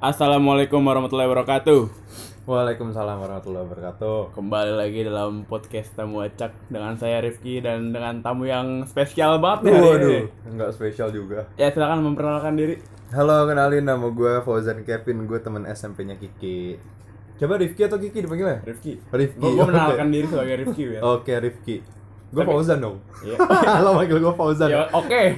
Assalamualaikum warahmatullahi wabarakatuh. Waalaikumsalam warahmatullahi wabarakatuh. Kembali lagi dalam podcast Tamu Acak dengan saya Rifki dan dengan tamu yang spesial banget nih hari ini. Waduh, nggak spesial juga. Ya silakan memperkenalkan diri. Halo, kenalin nama gue Fauzan Kevin, gue teman SMP-nya Kiki. Coba Rifki atau Kiki dipanggilnya? Rifki. Rifki. Gue mengenalkan oke. diri sebagai Rifki ya. Oke, Rifki. Gue Tapi- Fauzan dong. Iya. Lo manggil gue Fauzan. Ya, oke.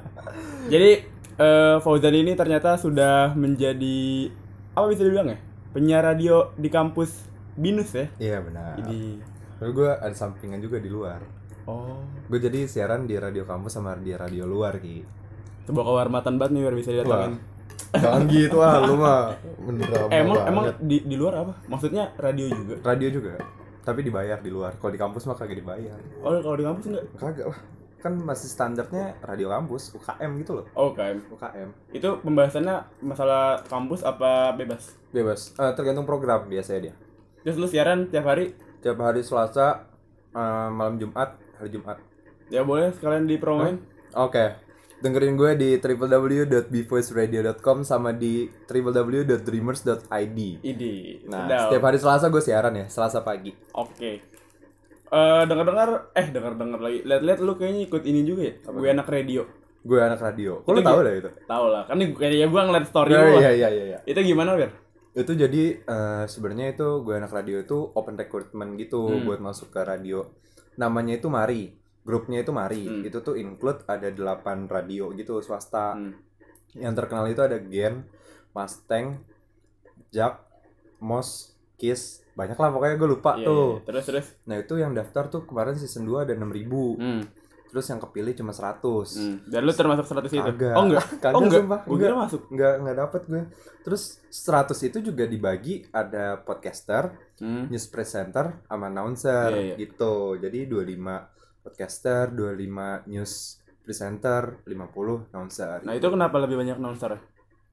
Jadi Fauzan ini ternyata sudah menjadi apa bisa dibilang ya? Penyiar radio di kampus BINUS ya. Iya benar. Jadi Lalu gue ada sampingan juga di luar. oh, Gue jadi siaran di radio kampus sama di radio luar, Ki. sebuah kehormatan banget nih biar bisa didatangin. Jangan gitu lu mah mendrama Emang banget. di luar apa? Maksudnya radio juga? Radio juga, tapi dibayar di luar. Kalau di kampus mah kagak dibayar. Oh, kalau di kampus enggak? Kagak lah. Kan masih standarnya radio kampus, UKM gitu loh. Oh, kan. UKM. Itu pembahasannya masalah kampus apa bebas? Bebas, tergantung program biasanya dia. Terus lu siaran tiap hari? Tiap hari Selasa, malam Jumat, hari Jumat. Ya boleh sekalian dipromoin. Oke, dengerin gue di www.bvoiceradio.com sama di www.dreamers.id. Idi. Nah, sedap. setiap hari Selasa gue siaran ya, Selasa pagi. Oke. Dengar-dengar lagi. Lihat-lihat lu kayaknya ikut ini juga ya. Gue anak radio. Gue anak radio. Kok Itu lu tahu dah itu? Tahu lah. Kan ini kayaknya gue ngeliat story Ya, lu lah. iya. Itu gimana, Ber? Itu jadi sebenarnya itu gue anak radio itu open recruitment gitu buat masuk ke radio. Namanya itu Mari. Grupnya itu Mari. Itu tuh include ada 8 radio gitu swasta. Yang terkenal itu ada Gen, Mustang, Jack, Mos, Kiss. Banyak lah pokoknya gue lupa Iya, tuh. iya. Terus. Nah, itu yang daftar tuh kemarin season 2 ada 6.000. Terus yang kepilih cuma 100. Dan lu termasuk 100 itu? Kagak. Oh enggak? Kagak, Oh enggak? sumpah. Gue kira masuk. Enggak dapet gue. Terus 100 itu juga dibagi ada podcaster, news presenter, sama announcer Iya, iya. gitu. Jadi 25 podcaster, 25 news presenter, 50 announcer. Nah, itu kenapa lebih banyak announcer?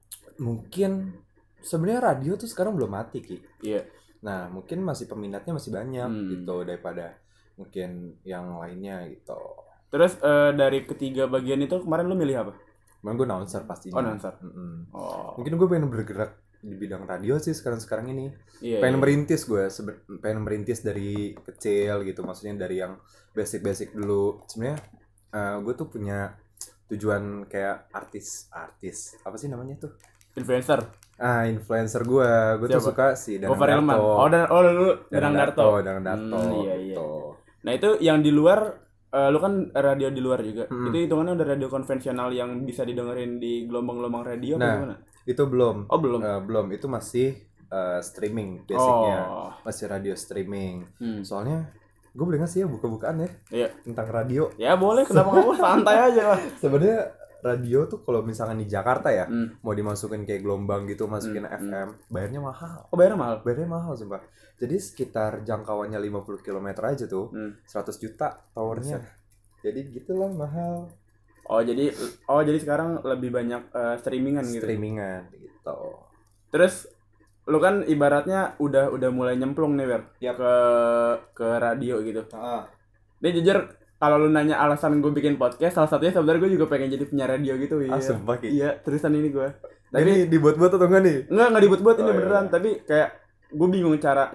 Mungkin sebenarnya radio tuh sekarang belum mati, Ki. Iya. Nah, mungkin masih peminatnya masih banyak gitu daripada mungkin yang lainnya gitu. Terus dari ketiga bagian itu kemarin lu milih apa? Cuman gue announcer pastinya. Oh, announcer. Oh. Mungkin gue pengen bergerak di bidang radio sih sekarang ini. Iya. Pengen merintis gue, pengen merintis dari kecil gitu. Maksudnya dari yang basic dulu. Sebenarnya gue tuh punya tujuan kayak artis. Apa sih namanya tuh? Influencer. Influencer gue tuh Siapa? suka si Danang Gofar Hilman. Darto. Dulu Danang Darto. Danang Darto. Iya. Gitu. Nah, itu yang di luar lu kan radio di luar juga. Itu hitungannya udah radio konvensional yang bisa didengerin di gelombang-gelombang radio Nah, apa gimana? itu belum. Oh, belum. Belum, itu masih streaming basicnya. Oh. Masih radio streaming. Soalnya gue boleh nggak sih ya buka-bukaan ya Iya. tentang radio. Ya boleh, kenapa enggak? Santai aja lah. Sebenarnya radio tuh kalau misalkan di Jakarta ya mau dimasukin kayak gelombang gitu, masukin FM, bayarnya mahal. Oh, bayarnya mahal. Bayarnya mahal sumpah. Jadi sekitar jangkauannya 50 km aja tuh. 100 juta towernya. Jadi gitulah mahal. Oh, jadi sekarang lebih banyak streamingan gitu. Streamingan gitu. Terus lu kan ibaratnya udah mulai nyemplung nih, Ber. Yap. Ke radio gitu. Dia jujur kalau lu nanya alasan gue bikin podcast, salah satunya sebenarnya gue juga pengen jadi penyiar radio gitu. Iya. Sumpah, Ki. Iya, terusan ini gue. Tapi ini dibuat-buat atau enggak nih? Enggak dibuat-buat ini Oh, beneran, iya. Tapi kayak gue bingung cara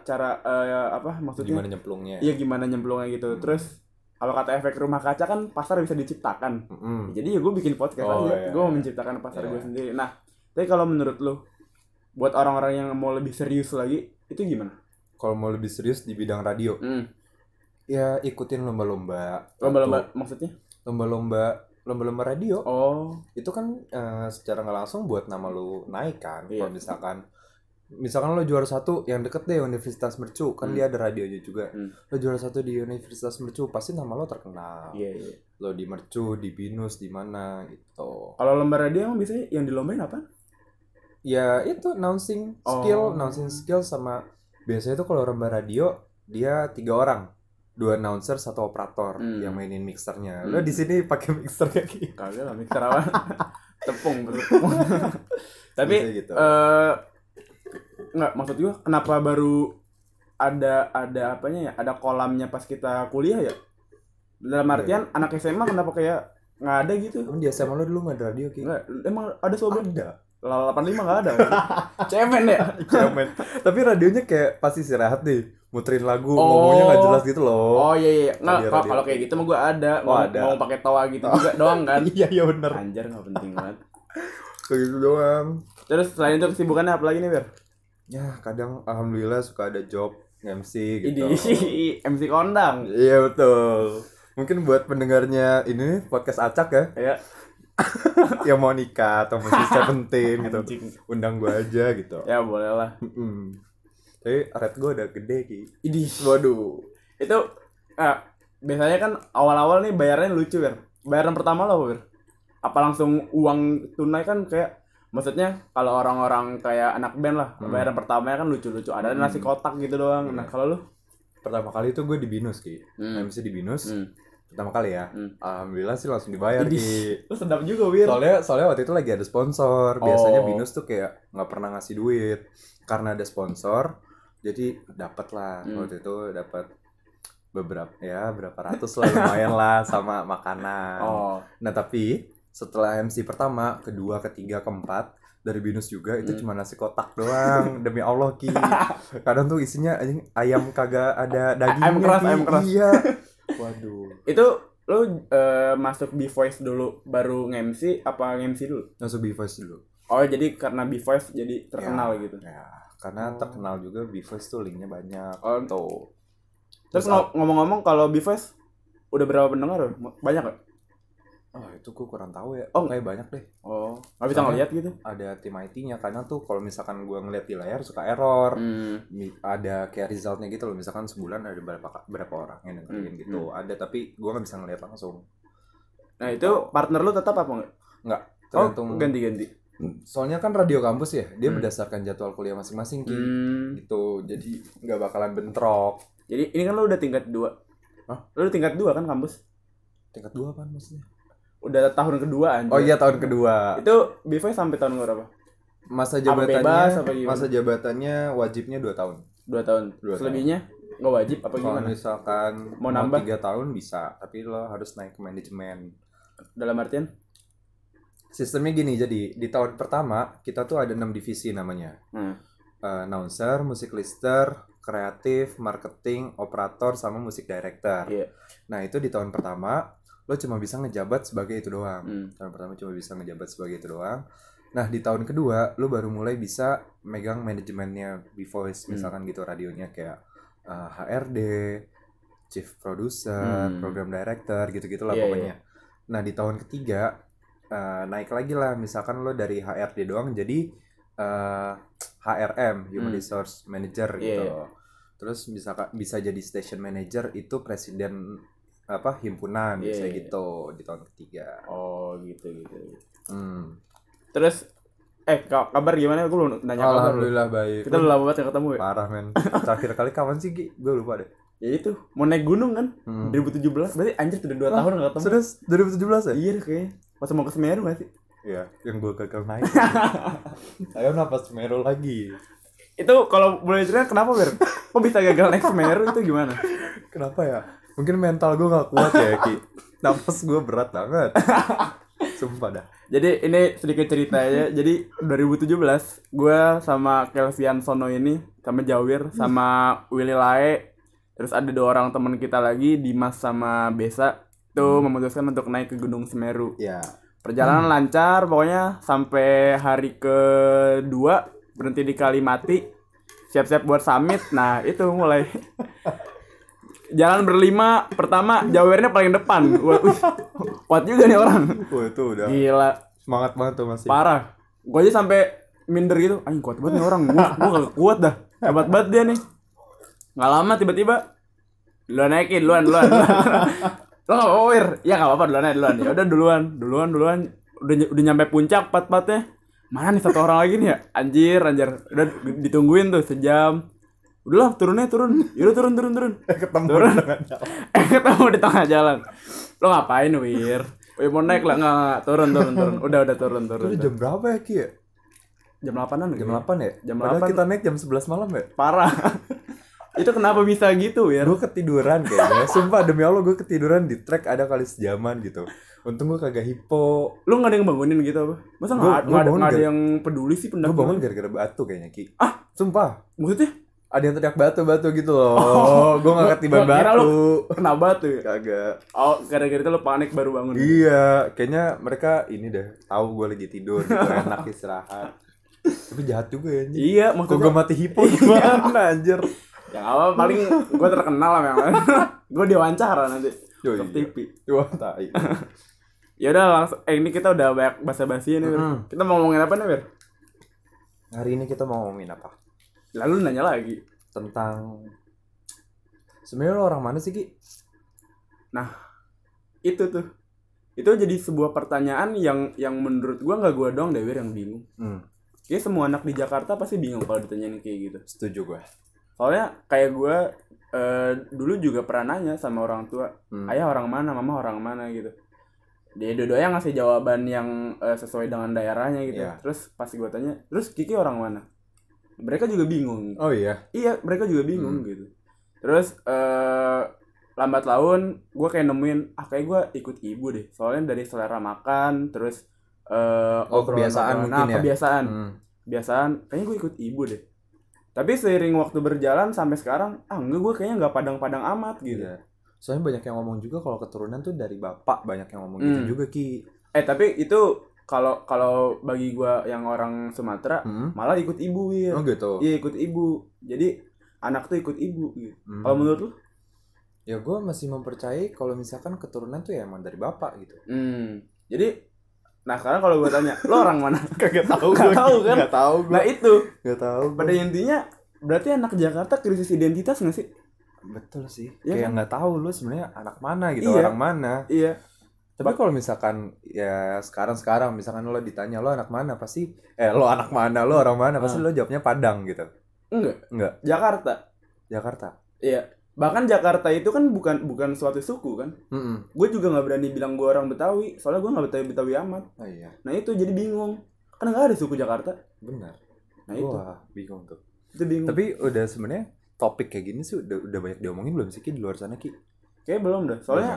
apa maksudnya? Gimana nyemplungnya? Iya, gimana nyemplungnya gitu. Terus kalau kata efek rumah kaca kan pasar bisa diciptakan. Jadi ya gue bikin podcast Oh, aja. iya. Gue mau menciptakan pasar gue sendiri. Nah, tapi kalau menurut lu buat orang-orang yang mau lebih serius lagi itu gimana? Kalau mau lebih serius di bidang radio, ya ikutin lomba-lomba. Lomba-lomba maksudnya? Lomba-lomba radio. Oh, Itu kan secara nggak langsung buat nama lu naik kan. Iya. Kalau misalkan lo juara 1 yang deket deh Universitas Mercu, kan dia ada radionya juga. Lo juara 1 di Universitas Mercu, pasti nama lo terkenal. iya. Lo di Mercu, di Binus, di mana gitu. Kalau lomba radio emang biasanya yang dilombain apa? Ya itu announcing skill sama biasanya tuh kalau lomba radio dia 3 orang. 2 announcer, 1 operator yang mainin mixernya. Lo di sini pakai mixer kayak gitu. Kagak lah, mixer apa? Tepung. Tapi Biasanya gitu. Nggak, maksud gue kenapa baru ada apanya ya? Ada kolamnya pas kita kuliah ya? Dalam artian anak SMA kenapa kayak nggak ada gitu? Emang di SMA lo dulu nggak ada radio, Ki? Nggak, emang ada sobat? Ada. Lala 85 enggak ada. Cemen ya. Cemen. Tapi radionya kayak pasti istirahat nih, muterin lagu, ngomongnya nggak jelas gitu loh. Oh iya. Nah, Radio. kalau kayak gitu mah gue ada. Oh, ada. Mau pakai toa gitu juga doang kan. Iya bener. Anjir enggak penting banget. Kayak gitu doang. Terus selain itu kesibukannya apa lagi nih, Ber? Ya kadang alhamdulillah suka ada job MC gitu. Ini MC kondang. Iya betul. Mungkin buat pendengarnya ini podcast acak ya. Ya. Yang mau nikah atau masih Seventeen gitu. Anjing. Undang gua aja gitu. Ya boleh lah. Tapi rate gua udah gede Ki. Idih. Waduh. Itu biasanya kan awal-awal nih bayarnya lucu, Ber. Bayaran pertama lo apa, Ber? Apa langsung uang tunai kan kayak maksudnya kalau orang-orang kayak anak band lah, bayaran pertamanya kan lucu-lucu. Ada nasi kotak gitu doang. Nah, kalau lu Pertama kali itu gue di Binus Ki. MC di Binus. Pertama kali ya. Alhamdulillah sih langsung dibayar Ki. lu sedap juga, Wir. Soalnya waktu itu lagi ada sponsor. Biasanya Binus tuh kayak nggak pernah ngasih duit. Karena ada sponsor, jadi dapat lah. Waktu itu dapat berapa ratus lah, lumayan lah sama makanan. Nah tapi setelah MC pertama, kedua, ketiga, keempat dari Binus juga itu cuma nasi kotak doang. Demi Allah Ki. Kadang tuh isinya ayam kagak ada dagingnya. Ayam keras. Iya. Waduh. Itu lu masuk B-Voice dulu baru nge-MC apa nge-MC dulu? Masuk B-Voice dulu. Oh, jadi karena B-Voice jadi terkenal gitu. Ya, karena terkenal juga B-Voice tuh linknya banyak. Tuh. Terus ngomong-ngomong kalau B-Voice udah berapa pendengar? Banyak gak? Oh, itu gue kurang tahu ya. Kayak banyak deh. Nggak bisa ngeliat gitu? Ada tim IT-nya. Karena tuh kalau misalkan gue ngeliat di layar suka error. Ada kayak resultnya gitu loh. Misalkan sebulan ada berapa orang yang dengerin gitu. Ada, tapi gue nggak bisa ngeliat langsung. Nah itu partner lu tetap apa nggak? Nggak. Tergantung. Ganti-ganti. Soalnya kan radio kampus ya. Dia berdasarkan jadwal kuliah masing-masing Ki. Gitu. Jadi nggak bakalan bentrok. Jadi ini kan lu udah tingkat 2. Hah? Lu udah tingkat 2 kan kampus? Tingkat 2 apaan maksudnya? Udah tahun kedua anjir. Oh iya, tahun kedua. Itu B-Voice sampai tahun berapa? Masa jabatannya wajibnya 2 tahun. 2 tahun. Selebihnya nggak wajib apa gimana? Kalau misalkan mau nambah 3 tahun bisa, tapi lo harus naik ke manajemen. Dalam artian? Sistemnya gini, jadi di tahun pertama kita tuh ada 6 divisi namanya. Announcer, music lister, kreatif, marketing, operator, sama music director. Nah itu di tahun pertama lo cuma bisa ngejabat sebagai itu doang. Tahun pertama cuma bisa ngejabat sebagai itu doang. Nah di tahun kedua lo baru mulai bisa megang manajemennya B-Voice, misalkan gitu, radionya kayak HRD, chief producer, program director, gitu-gitulah pokoknya. Nah di tahun ketiga naik lagi lah, misalkan lo dari HRD doang jadi HRM, Human Resource Manager gitu. Terus bisa jadi station manager, itu presiden himpunan, bisa gitu di tahun ketiga. Oh gitu. Terus kabar gimana? Gue belum nanya kabar. Alhamdulillah baik. Kita udah lama banget ketemu ya. Parah men. Terakhir kali kapan sih Ki? Gue lupa deh. Ya itu mau naik gunung kan 2017. Berarti anjir sudah 2 tahun gak ketemu. Sudah 2017 ya? Iya deh kayaknya. Pas mau ke Semeru gak sih? Iya, yang gue gagal naik. Ayo napas Semeru lagi. Itu kalau boleh cerita kenapa, Ber? Kok bisa gagal naik Semeru itu gimana? Kenapa ya? Mungkin mental gue gak kuat ya Ki. Napas gue berat banget. Sumpah dah. Jadi ini sedikit cerita ya. Jadi 2017 gue sama Kelvian Sono ini, sama Jawir, sama Willy Lae, terus ada 2 orang teman kita lagi, Dimas sama Besa, tuh memutuskan untuk naik ke Gunung Semeru. Iya. Perjalanan lancar, pokoknya sampai hari kedua berhenti di Kalimati, siap-siap buat summit. Nah itu mulai jalan berlima, pertama Jawirnya paling depan. Kuat juga nih orang. Itu udah gila, semangat banget tuh masih. Parah. Gue aja sampai minder gitu. Anjing kuat banget nih orang. Gue gak kuat dah. Hebat banget dia nih. Gak lama tiba-tiba lu naikin duluan. Lo gak apa-apa, Wir? Ya gak apa-apa, duluan. Ya udah duluan. Udah nyampe puncak pat-patnya. Mana nih 1 orang lagi nih ya? Anjir. Udah ditungguin tuh sejam. Udahlah, turun. Yaudah turun. Ketemu turun. di tengah jalan. Ketemu di tengah jalan. Lo ngapain, Wir? Mau naik lah, enggak. Turun. Udah turun. Itu jam berapa ya Ki ya? Jam 8-an. Jam 8 ya? Jam Padahal 8. kita naik jam 11 malam ya? Parah. Itu kenapa bisa gitu ya? Gue ketiduran kayaknya. Sumpah demi Allah gue ketiduran di trek ada kali sejaman gitu. Untung gue kagak hipo. Lu nggak ada yang bangunin gitu apa? Masa nggak ada yang peduli sih Gue pendaki? bangun gara-gara batu kayaknya Ki. Ah, Sumpah. maksudnya? Ada yang teriak batu-batu gitu loh. Gue gak ketiban Gua kira batu. Kena batu ya? Kagak. Oh, gara-gara itu lu panik baru bangun. Iya, kayaknya mereka ini deh tahu gue lagi tidur gitu, enak istirahat. Tapi jahat juga ya anjing. Iya, Kok maksud gue mati hipo gimana anjir. yang awal paling gue terkenal lah memang. Gue diwawancara nanti Yo, ke iya. TV. Wah, tai. Ya udah langsung ini kita udah banyak basa-basi nih, Wir. Kita mau ngomongin apa nih, Wir? Hari ini kita mau ngomongin apa? Lalu nanya lagi. Tentang sebenarnya lo orang mana sih Ki? Nah, itu tuh. Itu jadi sebuah pertanyaan yang menurut gua enggak gua doang deh, Wir, yang bingung. Kayaknya semua anak di Jakarta pasti bingung kalau ditanyain kayak gitu. Setuju gue. Soalnya kayak gua dulu juga pernah nanya sama orang tua, ayah orang mana, mama orang mana gitu. Dia dua-duanya ngasih jawaban yang sesuai dengan daerahnya gitu. Iya. Terus pas gua tanya, terus Kiki orang mana? Mereka juga bingung. Oh iya. Iya, mereka juga bingung gitu. Terus lambat laun gue kayak nemuin kayak gue ikut ibu deh. Soalnya dari selera makan, terus kebiasaan mungkin ya. Kebiasaan kayaknya gue ikut ibu deh. Tapi seiring waktu berjalan sampai sekarang, enggak, gue kayaknya nggak padang-padang amat gitu. Iya. Soalnya banyak yang ngomong juga kalau keturunan tuh dari bapak, banyak yang ngomong gitu juga Ki. Tapi itu kalau bagi gua yang orang Sumatera malah ikut ibu ya. Oh gitu. Iya, ikut ibu. Jadi anak tuh ikut ibu gitu. Kalau menurut lu? Ya gue masih mempercayai kalau misalkan keturunan tuh ya emang dari bapak gitu. Jadi nah sekarang kalau gua tanya, lo orang mana? Kagak tahu. Gak tahu kan? Gak tahu gue. Nah itu. Gak tahu. Pada intinya berarti anak Jakarta krisis identitas nggak sih? Betul sih. Ya Kayak kan? nggak tahu lu sebenarnya anak mana gitu, Iya. orang mana. Iya. Tapi kalau misalkan ya sekarang misalkan lo ditanya lo anak mana pasti lo anak mana, lo orang mana pasti lo jawabnya Padang gitu. Enggak. Jakarta. Iya. Bahkan Jakarta itu kan bukan suatu suku kan. Gue juga nggak berani bilang gue orang Betawi, soalnya gue nggak Betawi amat. Oh iya. Nah itu jadi bingung. Kan nggak ada suku Jakarta. Benar. Nah itu. Wah, bingung tuh. Itu bingung. Tapi udah sebenarnya topik kayak gini sih udah banyak diomongin belum sih Ki di luar sana Ki? Kayaknya belum dah. Soalnya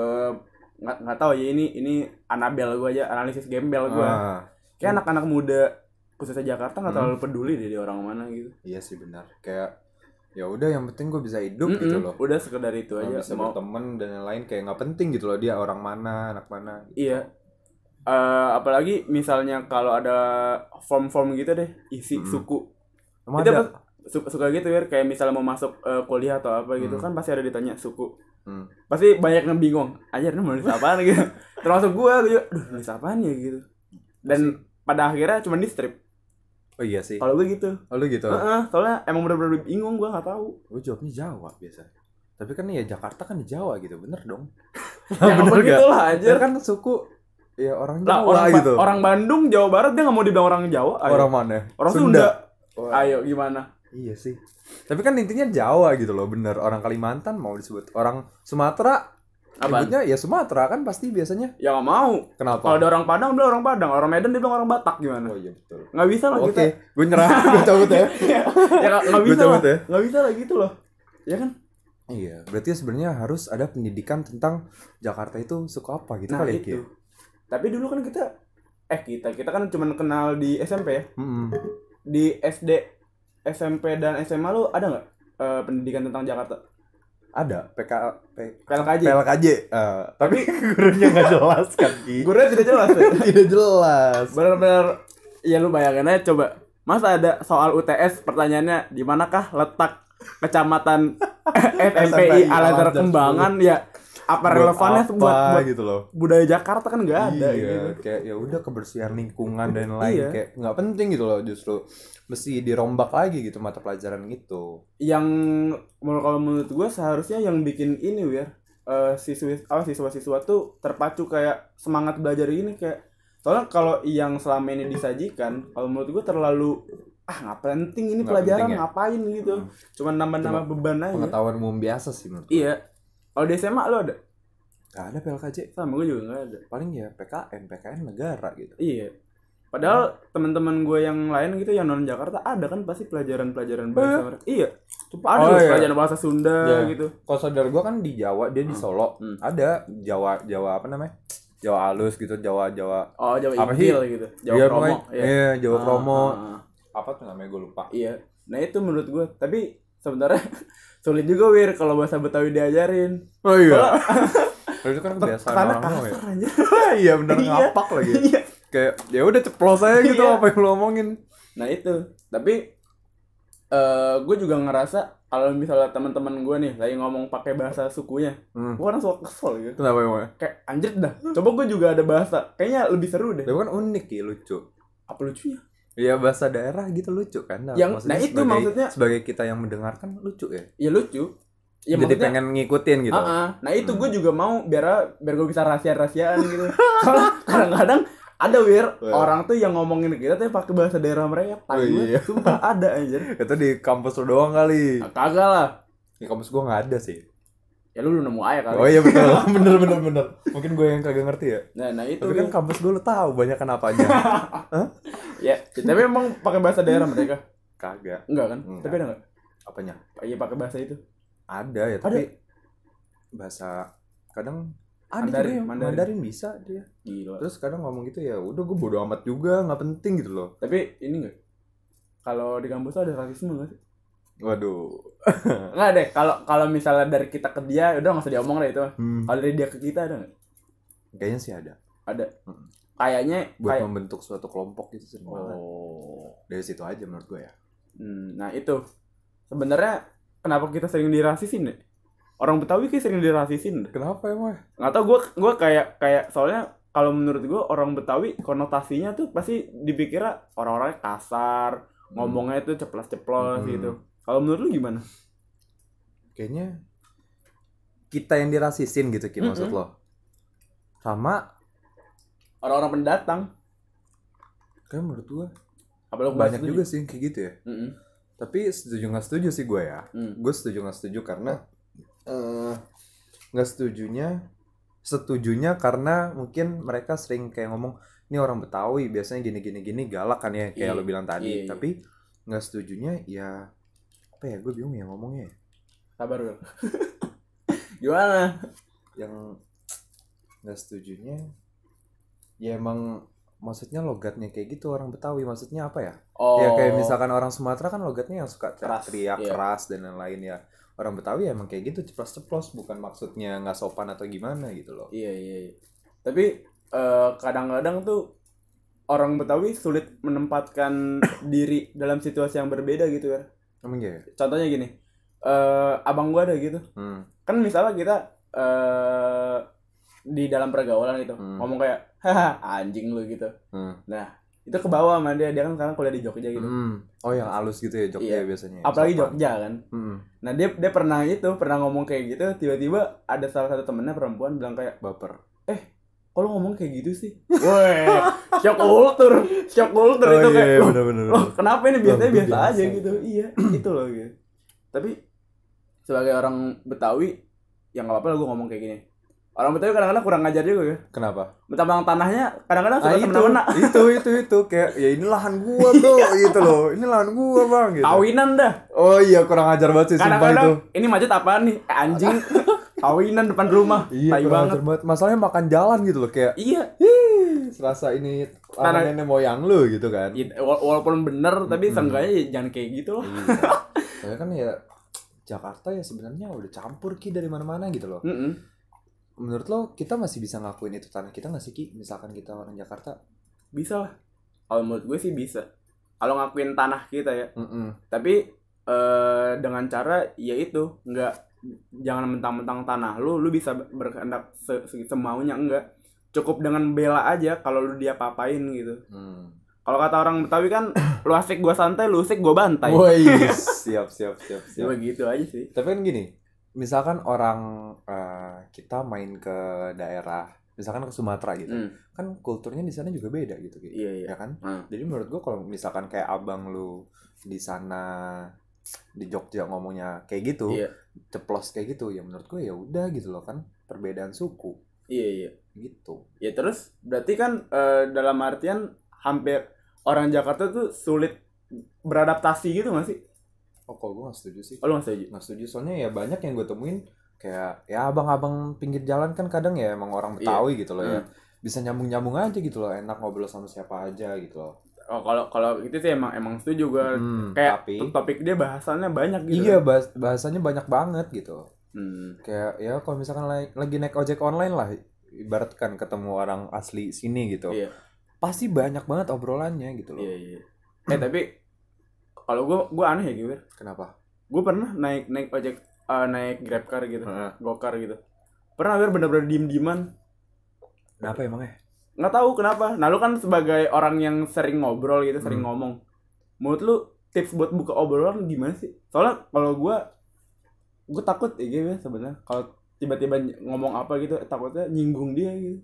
nggak tahu ya, ini Anabel gue aja, analisis gembel gue. Kayak anak-anak muda khususnya Jakarta nggak terlalu peduli deh dia orang mana gitu. Iya sih benar. Kayak ya udah yang penting gue bisa hidup gitu loh. Udah sekedar itu aja. Bisa berteman dan lain-lain kayak nggak penting gitu loh dia orang mana, anak mana. Gitu. Iya. Apalagi misalnya kalau ada form-form gitu deh, isi suku. Emang itu ada? Suka gitu ya, kayak misalnya mau masuk kuliah atau apa gitu kan pasti ada ditanya suku. Pasti banyak yang bingung, anjir ini nulis apaan gitu. Termasuk gue juga, nulis apaan ya gitu. Dan pada akhirnya cuma di strip. Oh iya sih. Kalau gue gitu. Oh lu gitu? Soalnya emang bener-bener bingung, gue gak tahu. Gue jawabnya Jawa biasa. Tapi kan ya Jakarta kan di Jawa gitu, bener dong. Ya gak begitu lah anjir. Ya kan suku ya orang lah, Jawa gitu. Orang Bandung, Jawa Barat dia gak mau dibilang orang Jawa. Ayo. Orang mana? Orang Sunda. Ayo gimana? Iya sih. Tapi kan intinya Jawa gitu loh, bener. Orang Kalimantan mau disebut. Orang Sumatera nyebutnya ya Sumatera kan pasti biasanya. Ya gak mau. Kenapa? Kalau ada orang Padang, bilang orang Padang. Orang Medan dia bilang orang Batak gimana? Oh iya betul. Gak bisa lah kita. Oke, gue nyerah. Gue cabut ya. Ya gak bisa lah. Ya. Gak bisa lah gitu loh. Ya kan? Iya, berarti sebenarnya harus ada pendidikan tentang Jakarta itu suku apa gitu kali itu. Ya. Tapi dulu kan kita kan cuma kenal di SMP ya. Di SD, SMP dan SMA lu ada nggak pendidikan tentang Jakarta? Ada PLKJ. Tapi gurunya nggak jelas kan Ki. Gurunya tidak jelas ya? Tidak jelas. Benar-benar ya lu bayangin aja coba. Masa ada soal UTS pertanyaannya di manakah letak kecamatan SMPI Al-Azhar Kembangan ya? Apa relevannya buat gitu loh. Budaya Jakarta kan nggak ada gitu. Kayak ya udah kebersihan lingkungan dan lain kayak nggak penting gitu loh, justru mesti dirombak lagi gitu mata pelajaran gitu. Yang kalau menurut gue seharusnya yang bikin ini siswa-siswa tuh terpacu kayak semangat belajar ini kayak, soalnya kalau yang selama ini disajikan kalau menurut gue terlalu nggak penting ini pelajaran ngapain gitu. Cuman nambah beban aja. Pengetahuan umum biasa sih menurut gue. Iya. Kalau di SMA lo ada? Gak ada PLKJ. Sama gue juga gak ada. Paling ya PKN negara gitu. Iya. Padahal teman-teman gue yang lain gitu yang non Jakarta ada kan pasti pelajaran-pelajaran bahasa mereka. Iya. Ada loh pelajaran bahasa Sunda gitu. Kalau saudara gue kan di Jawa, dia di Solo. Ada Jawa apa namanya? Jawa halus gitu, Jawa. Oh, Jawa apa sih? Inggil gitu. Jawa Iya, Kromo. Iya, Jawa Kromo. Apa tuh namanya gue lupa. Iya. Nah, itu menurut gue. Tapi sebenarnya sulit juga Wir kalau bahasa Betawi diajarin. Oh iya. Itu kan kebiasaan orang kasar ya. aja. Iya benar ngapak lagi. Iya. Kayak ya udah ceplos aja gitu apa yang lo omongin. Nah itu. Tapi gue juga ngerasa kalau misalnya teman-teman gue nih lagi ngomong pakai bahasa sukunya, gue kan suka kesel gitu. Kenapa emang? Kayak anjir dah. Coba gue juga ada bahasa. Kayaknya lebih seru deh. Tapi kan unik ya, lucu. Apa lucunya? Iya bahasa daerah gitu lucu kan. Nah itu maksudnya sebagai kita yang mendengarkan lucu ya. Iya lucu. Ya, jadi pengen ngikutin gitu. Nah itu gue juga mau biar gue bisa rahasia-rahasiaan gitu. Soalnya kadang-kadang ada orang tuh yang ngomongin kita tuh pakai bahasa daerah mereka. Iya. Sumpah ada anjir. Itu di kampus lo doang kali. Kagak lah. Di kampus gue nggak ada sih. Ya lu nemu aja kali. Oh iya betul. bener. Mungkin gue yang kagak ngerti ya. Nah itu. Tapi kan kampus gue lo tahu banyak kan apanya. Ya, tapi emang pakai bahasa daerah mereka. Kagak. Enggak kan? Tapi ada enggak? Apanya? Iya pakai bahasa itu. Ada ya, tapi bahasa kadang Mandarin bisa dia. Gila. Terus kadang ngomong gitu ya, udah gue bodo amat juga, nggak penting gitu loh. Tapi ini enggak? Kalau di kampus ada rasisme enggak sih? Waduh. Enggak deh, kalau misalnya dari kita ke dia udah enggak usah diomong deh itu. Kalau dari dia ke kita ada enggak? Kayaknya sih ada. Ada. Kayaknya buat membentuk suatu kelompok gitu sering banget. Dari situ aja menurut gue ya. Nah, itu. Sebenarnya kenapa kita sering dirasisin deh? Orang Betawi kayak sering dirasisin deh. Kenapa emang? Nggak tau, gue kayak soalnya kalau menurut gue orang Betawi konotasinya tuh pasti dipikirnya orang-orangnya kasar, ngomongnya tuh ceplos-ceplos gitu. Kalau menurut lu gimana? Kayaknya kita yang dirasisin gitu Ki, maksud lo? Sama orang-orang pendatang. Kayak menurut gue banyak juga sih kayak gitu ya. Tapi setuju nggak setuju sih gue ya. Gue setuju nggak setuju karena nggak setujunya karena mungkin mereka sering kayak ngomong ini orang Betawi biasanya gini galak kan ya kayak lo bilang tadi. Tapi nggak setujunya ya apa ya, gue bingung ya ngomongnya. Sabar bro. Gimana? Yang nggak setujunya ya emang maksudnya logatnya kayak gitu orang Betawi, maksudnya apa ya? Ya kayak misalkan orang Sumatera kan logatnya yang suka teriak keras dan lain-lain ya. Orang Betawi ya emang kayak gitu ceplos-ceplos, bukan maksudnya nggak sopan atau gimana gitu loh. Iya. Tapi kadang-kadang tuh orang Betawi sulit menempatkan diri dalam situasi yang berbeda gitu ya. Emang ya? Contohnya gini, abang gua ada gitu. Kan misalnya kita di dalam pergaulan itu ngomong kayak haha anjing lu gitu. Nah itu ke bawah sama dia kan sekarang kuliah di Jogja gitu. Oh yang halus gitu ya Jogja biasanya. Apalagi Jogja kan. Nah dia pernah ngomong kayak gitu, tiba-tiba ada salah satu temennya perempuan bilang kayak baper. Kalau ngomong kayak gitu sih. Woi, shock culture itu kayak. Bener. Loh, kenapa ini biasa aja gitu. Iya, itu loh gitu. Tapi sebagai orang Betawi yang enggak apa-apa lah gue ngomong kayak gini. Orang Betawi kadang-kadang kurang ngajar juga ya. Kenapa? Mentang-mentang tanahnya kadang-kadang suka semena-mena. Itu kayak ya ini lahan gua bro gitu loh. Ini lahan gua bang gitu. Kawinan dah. Oh iya kurang ajar banget sih sumpah itu. Ini macet apaan nih? Anjing. Kawinan depan rumah. Iya kurang ajar banget. Masalahnya makan jalan gitu loh kayak. Iya. Serasa ini tanah nenek moyang lu gitu kan. Walaupun bener tapi seenggaknya jangan kayak gitu loh. Iya. Soalnya kan ya Jakarta ya sebenarnya udah campur Ki dari mana-mana gitu loh. Menurut lo kita masih bisa ngakuin itu tanah kita nggak sih Ki? Misalkan kita orang Jakarta? Bisa lah. Kalau menurut gue sih bisa. Kalau ngakuin tanah kita ya. Tapi dengan cara ya itu jangan mentang-mentang tanah lu bisa berkehendak semaunya, enggak. Cukup dengan bela aja kalau lu dia papain gitu. Kalau kata orang Betawi kan lu asik gua santai, lu asik gua bantai. Woi, siap. Ya gitu aja sih. Tapi kan gini, misalkan orang kita main ke daerah, misalkan ke Sumatera gitu, kan kulturnya di sana juga beda gitu, Iya. Ya kan? Jadi menurut gua kalau misalkan kayak abang lu di sana di Jogja ngomongnya kayak gitu, ceplos kayak gitu, ya menurut gua ya udah gitu loh kan, perbedaan suku. Iya. Gitu. Ya terus berarti kan dalam artian hampir orang Jakarta tuh sulit beradaptasi gitu gak sih? Oh, kalau gue gak setuju sih. Oh, lu gak setuju? Gak setuju, soalnya ya banyak yang gue temuin kayak ya abang-abang pinggir jalan kan kadang ya emang orang Betawi gitu loh ya. Bisa nyambung-nyambung aja gitu loh, enak ngobrol sama siapa aja gitu loh. Oh, kalau itu sih emang setuju gue. Kayak topik dia bahasannya banyak gitu. Iya, bahasanya banyak banget gitu. Kayak ya kalau misalkan lagi naik ojek online lah, ibaratkan ketemu orang asli sini gitu. Iya. Pasti banyak banget obrolannya gitu loh. Iya. Tapi kalau gue aneh ya gitu. Kenapa? Gue pernah naik ojek, naik Grabcar gitu, Gokar gitu. Pernah bener-bener diem-dieman. Kenapa emangnya? Nggak tahu kenapa. Nah lu kan sebagai orang yang sering ngobrol gitu, sering ngomong. Menurut lu tips buat buka obrolan gimana sih? Soalnya kalau gue takut ya gitu sebenarnya. Kalau tiba-tiba ngomong apa gitu, takutnya nyinggung dia gitu.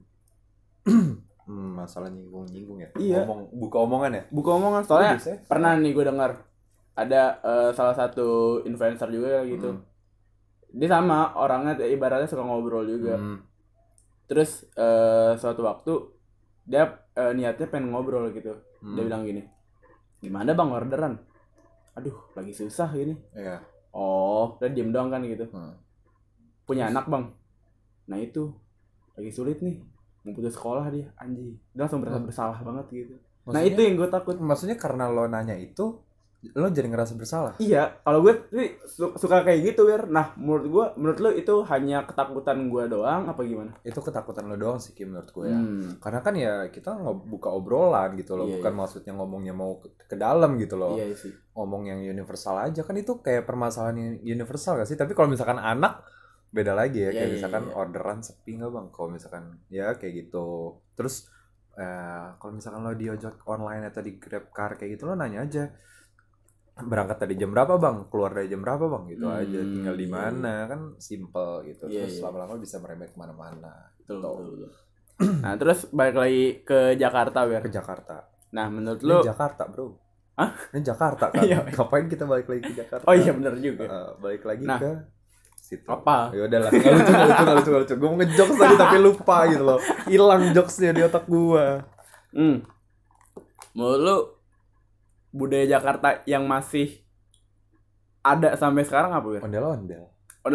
Masalah nyinggung ya. Iya. Buka omongan ya. Buka omongan. Soalnya pernah nih gue dengar ada salah satu influencer juga gitu. Dia sama orangnya ibaratnya suka ngobrol juga. Terus suatu waktu dia niatnya pengen ngobrol gitu. Dia bilang gini, gimana bang orderan? Aduh lagi susah gini. Iya. Oh udah diem doang kan gitu. Punya anak bang. Nah itu lagi sulit nih, mau putus sekolah dia, anjing. Dia langsung merasa bersalah banget gitu. Maksudnya, nah itu yang gue takut. Maksudnya karena lo nanya itu, lo jadi ngerasa bersalah? Iya, kalau gue sih suka kayak gitu, Wir. Nah, menurut lo itu hanya ketakutan gue doang apa gimana? Itu ketakutan lo doang sih, Kim, menurut gue ya. Karena kan ya kita buka obrolan gitu loh, bukan maksudnya ngomongnya mau ke dalam gitu loh. Iya sih. Ngomong yang universal aja kan itu kayak permasalahan universal gak sih? Tapi kalau misalkan anak beda lagi ya, kayak misalkan orderan sepi nggak bang? Kalau misalkan ya kayak gitu. Terus kalau misalkan lo di ojek online atau di Grabcar kayak gitu, lo nanya aja berangkat dari jam berapa bang, keluar dari jam berapa bang, gitu aja, tinggal di mana, kan simple gitu. Terus lama-lama bisa merembet kemana-mana. Betul. Nah terus balik lagi ke Jakarta, Wir. Ke Jakarta. Nah menurut lo? Ini Jakarta bro. Hah? Ini Jakarta kan. Ngapain kita balik lagi ke Jakarta? Oh iya benar juga. Balik lagi ke situ. Apa? Ya udahlah, nggak lucu. Gue mau ngejokes tadi tapi lupa gitu loh. Hilang jokesnya di otak gua. Menurut lu budaya Jakarta yang masih ada sampai sekarang apa ya? Ondel-ondel.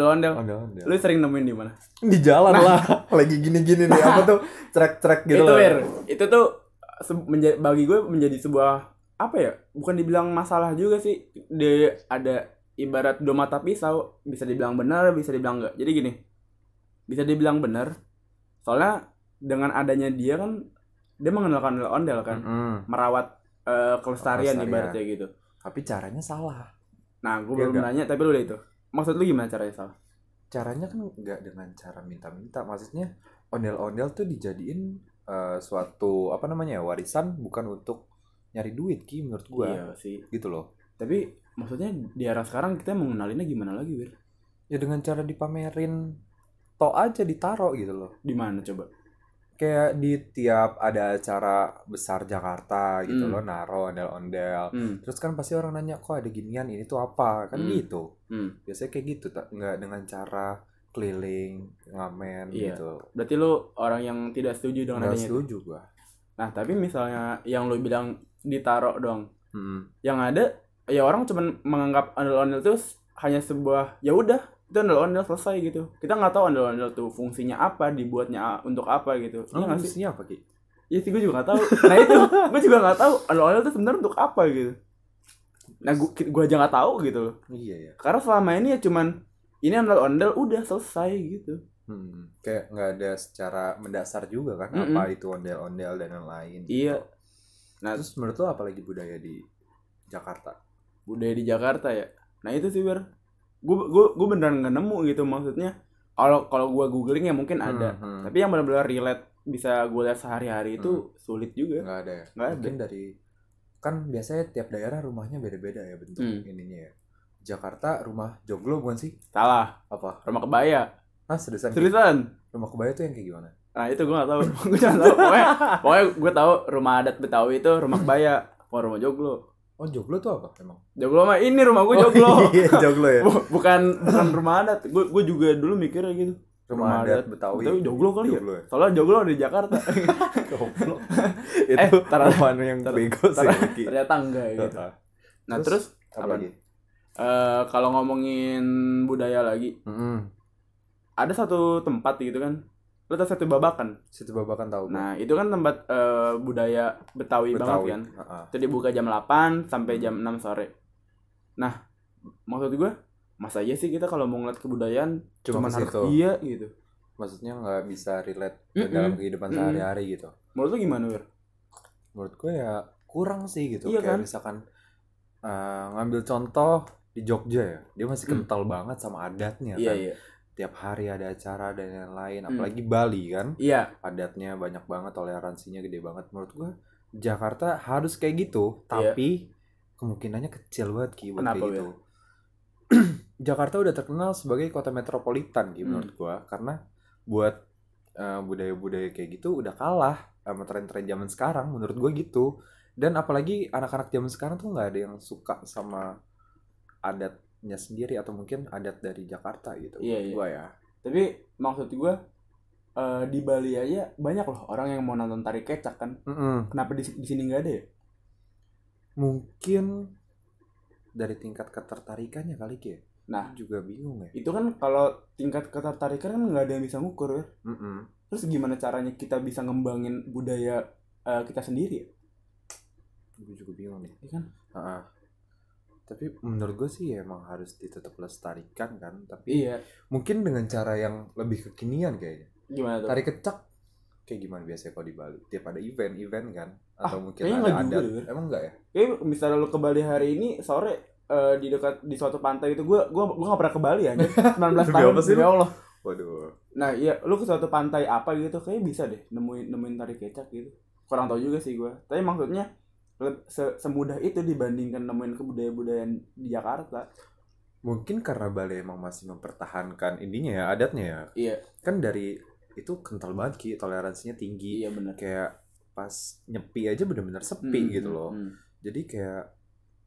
Lu sering nemuin di mana? Di jalan lah. Lagi gini-gini nih, apa tuh? Trek-trek gitu itu, loh. Itu tuh bagi gue menjadi sebuah apa ya? Bukan dibilang masalah juga sih. Ada ibarat dua mata pisau, bisa dibilang benar, bisa dibilang enggak. Jadi gini. Bisa dibilang benar. Soalnya dengan adanya dia kan dia mengenalkan ondel kan, merawat kelestarian ibaratnya gitu. Tapi caranya salah. Nah, gue belum nanya tapi lu udah itu. Maksud lu gimana caranya salah? Caranya kan enggak dengan cara minta-minta. Maksudnya ondel-ondel tuh dijadiin suatu apa namanya warisan, bukan untuk nyari duit Ki, menurut gua. Iya sih. Gitu loh. Tapi maksudnya di era sekarang kita mengenalinnya gimana lagi, Wir? Ya dengan cara dipamerin, tok aja ditaro gitu loh. Di mana coba? Kayak di tiap ada acara besar Jakarta gitu loh, naro ondel-ondel. Terus kan pasti orang nanya, kok ada ginian, ini tuh apa? Kan gitu. Biasanya kayak gitu, nggak dengan cara keliling, ngamen gitu. Berarti lu orang yang tidak setuju dengan adanya itu? Nggak setuju gua. Nah, tapi misalnya yang lu bilang ditaro dong. Yang ada, ya orang cuman menganggap ondel-ondel itu hanya sebuah, ya udah, itu ondel-ondel selesai gitu. Kita nggak tahu ondel-ondel tuh fungsinya apa, dibuatnya untuk apa gitu. Iya nggak sih? Fungsinya apa Ki? Iya sih, gue juga nggak tahu. Nah itu, gue juga nggak tahu ondel-ondel tuh sebenarnya untuk apa gitu. Nah gue aja nggak tahu gitu. Iya ya. Karena selama ini ya cuman ini ondel-ondel udah selesai gitu. Kayak nggak ada secara mendasar juga kan apa itu ondel-ondel dan lain-lain. Iya. Nah terus menurut lo apa lagi budaya di Jakarta? Budaya di Jakarta ya. Nah itu sih Wir. Gue beneran nggak nemu gitu, maksudnya kalau gue googling ya mungkin ada, tapi yang benar-benar relate bisa gue lihat sehari-hari itu sulit juga. Nggak ada ya. Mungkin dari kan biasanya tiap daerah rumahnya beda-beda ya bentuk ininya ya. Jakarta rumah joglo bukan sih? Salah. Apa? Rumah kebaya. Seriusan? Rumah kebaya tuh yang kayak gimana? Nah itu gue nggak tahu. Gue cuma tahu pokoknya gue tahu rumah adat Betawi itu rumah kebaya, bukan rumah joglo. Oh joglo tuh apa emang? Joglo mah ini rumah gue joglo. Iya joglo ya. bukan rumah adat. Gue juga dulu mikirnya gitu. Rumah adat Betawi. Betawi joglo kali Joglo ya? Soalnya joglo di Jakarta. Goblok. Itu rumah yang bego sih. Ki. Ternyata enggak gitu. Nah terus apa lagi? Kalau ngomongin budaya lagi, ada satu tempat gitu kan, lo tau Situ Babakan? Situ Babakan tahu. Nah itu kan tempat budaya Betawi banget kan. Itu dibuka jam 8 sampai jam 6 sore. Nah maksud gue, masa aja sih kita kalau mau ngeliat kebudayaan cuma harus iya gitu. Maksudnya nggak bisa relate dalam kehidupan sehari-hari gitu. Menurut lu gimana, Wir? Menurut gue ya kurang sih gitu. Iya, Kayak kan? misalkan ngambil contoh di Jogja ya, dia masih kental banget sama adatnya kan. Iya. Tiap hari ada acara dan lain-lain. Apalagi Bali kan. Iya. Adatnya banyak banget, toleransinya gede banget. Menurut gue Jakarta harus kayak gitu, tapi kemungkinannya kecil banget Ki buat kayak gitu. Jakarta udah terkenal sebagai kota metropolitan gitu menurut gua, karena buat budaya-budaya kayak gitu udah kalah sama tren-tren zaman sekarang menurut gua gitu. Dan apalagi anak-anak zaman sekarang tuh nggak ada yang suka sama adatnya sendiri atau mungkin adat dari Jakarta gitu. Iya. Gua ya. Tapi maksud gua di Bali aja banyak loh orang yang mau nonton tari kecak kan. Kenapa di sini nggak ada ya? Mungkin dari tingkat ketertarikannya kali ya. Nah, juga bingung ya. Itu kan kalau tingkat ketertarikan kan nggak ada yang bisa ngukur ya. Terus gimana caranya kita bisa ngembangin budaya kita sendiri? Gue juga bingung nih. Iya kan? Tapi menurut gue sih ya emang harus tetap lestarikan kan. Tapi mungkin dengan cara yang lebih kekinian kayaknya. Gimana tuh? Tari kecak kayak gimana biasanya kalau di Bali? Tiap ada event kan? Atau mungkin ada adat. Juga, emang enggak ya? Kayak misalnya lu ke Bali hari ini sore di suatu pantai itu gue nggak pernah ke Bali aja 19 tahun demi Allah. Waduh. Nah iya, lu ke suatu pantai apa gitu kayak bisa deh nemuin tari kecak gitu. Kurang tahu juga sih gue, tapi maksudnya semudah itu dibandingkan nemuin kebudayaan di Jakarta. Mungkin karena Bali emang masih mempertahankan ininya ya, adatnya ya. Iya. Kan dari itu kental banget Ki, toleransinya tinggi. Iya benar. Kayak pas nyepi aja benar-benar sepi gitu loh. Jadi kayak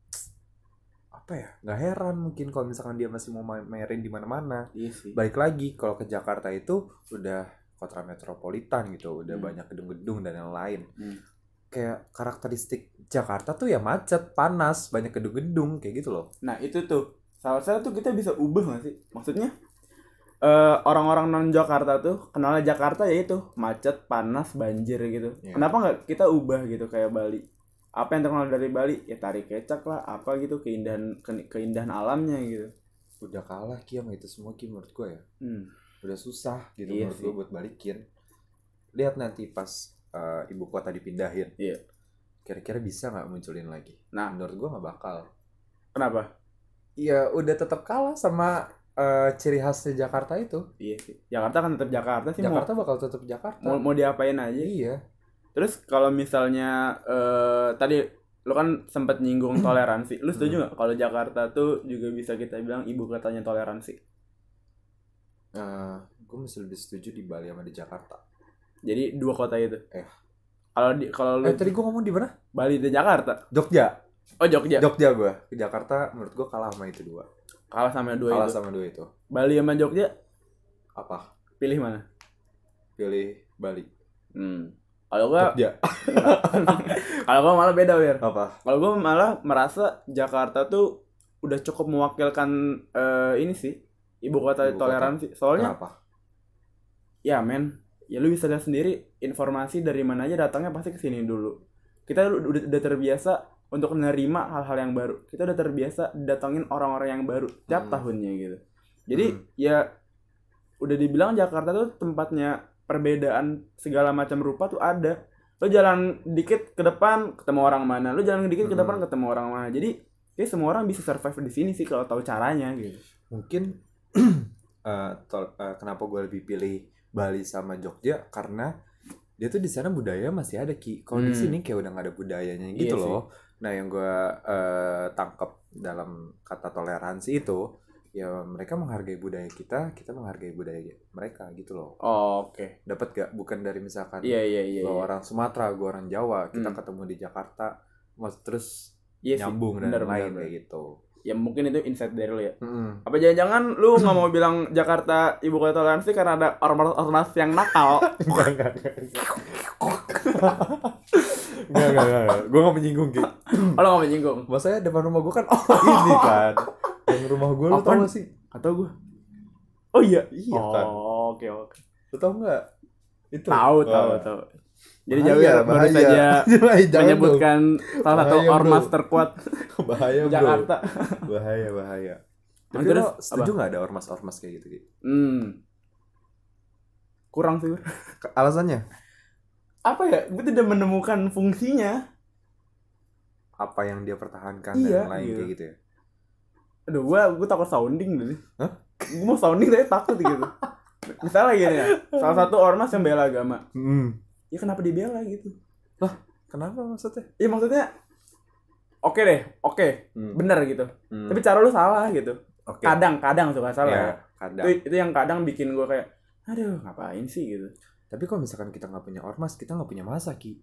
apa ya, nggak heran mungkin kalau misalkan dia masih mau main di mana-mana. Iya sih. Balik lagi kalau ke Jakarta itu udah kota metropolitan gitu, udah banyak gedung-gedung dan yang lain. Kayak karakteristik Jakarta tuh ya macet, panas, banyak gedung-gedung kayak gitu loh. Nah itu tuh salah satu kita bisa ubah nggak sih? Maksudnya orang-orang non Jakarta tuh kenalnya Jakarta ya itu macet, panas, banjir gitu. Kenapa nggak kita ubah gitu kayak Bali? Apa yang terkenal dari Bali? Ya tari kecak lah, apa gitu, keindahan alamnya gitu. Udah kalah Ki sama itu semua Ki menurut gue ya. Udah susah gitu menurut gue buat balikin. Lihat nanti pas ibu kota dipindahin. Iya. Kira-kira bisa nggak munculin lagi? Nah, menurut gue nggak bakal. Kenapa? Ya udah tetap kalah sama ciri khasnya Jakarta itu. Iya sih. Jakarta kan tetap Jakarta sih. Jakarta bakal tetap Jakarta. Mau diapain aja. Iya. Terus kalau misalnya tadi lu kan sempat nyinggung toleransi. Lu setuju nggak kalau Jakarta tuh juga bisa kita bilang ibu kotanya toleransi? Gue masih lebih setuju di Bali sama di Jakarta. Jadi dua kota itu. Kalau lu tadi gue ngomong di mana? Bali dan Jakarta. Jogja. Oh Jogja. Jogja gue. Ke Jakarta menurut gue kalah sama itu dua. Kalah sama dua itu. Bali sama Jogja. Apa? Pilih mana? Pilih Bali. Kalau gua Jogja. Kalau gua malah beda, Wir. Apa? Kalau gua malah merasa Jakarta tuh udah cukup mewakilkan ini sih, ibu kota toleransi. Soalnya kenapa? Ya lu bisa lihat sendiri informasi dari mana aja datangnya pasti ke sini dulu. Kita udah terbiasa untuk menerima hal-hal yang baru. Kita udah terbiasa datangin orang-orang yang baru tiap tahunnya gitu. Jadi ya udah dibilang Jakarta tuh tempatnya perbedaan segala macam rupa tuh ada. Lo jalan dikit ke depan ketemu orang mana, lo jalan dikit ke depan ketemu orang mana. Jadi kayak semua orang bisa survive di sini sih kalau tahu caranya gitu. Mungkin kenapa gue lebih pilih Bali sama Jogja karena dia tuh di sana budaya masih ada Ki. Kalau di sini kayak udah nggak ada budayanya gitu loh. Nah yang gue tangkap dalam kata toleransi itu ya mereka menghargai budaya kita menghargai budaya mereka gitu loh. Oke. Dapat gak? Bukan dari misalkan lo orang Sumatera, gue orang Jawa, kita ketemu di Jakarta, terus nyambung dan lain kayak gitu. Ya mungkin itu insight dari lu ya. Mm-mm. Apa jangan-jangan lu nggak mau bilang Jakarta ibu kota toleransi karena ada ormas yang nakal? Enggak. Enggak. Gue gak menyinggung, Ki. Oh, lo nggak menyinggung? Maksudnya depan rumah gue kan ini kan. Yang rumah gue lu tau gak sih? Atau gue? Oh iya. Iya kan. Oh, oke. Lu tau gak? Itu. Tahu. Jadi Jawir baru bahaya. saja Jangan menyebutkan salah satu Bahaya, ormas bro. terkuat Bahaya, bro. Jakarta. Bahaya. Tapi Terus, lo setuju gak ada ormas-ormas kayak gitu, Ki? Kurang sih. Alasannya? Apa ya? Gue tidak menemukan fungsinya. Apa yang dia pertahankan Iya, dan lain iya. kayak gitu ya? Aduh, gue takut sounding deh. Hah? Gue mau sounding tapi takut gitu. Misalnya gini ya, salah satu ormas yang bela agama. Ya kenapa dibela gitu? Kenapa maksudnya? Ya maksudnya oke deh, bener gitu. Hmm. Tapi cara lu salah gitu. Oke. Kadang suka salah. Ya, Ya. kadang. Itu yang kadang bikin gue kayak, aduh ngapain sih gitu. Tapi kalau misalkan kita nggak punya ormas, kita nggak punya masa, Ki.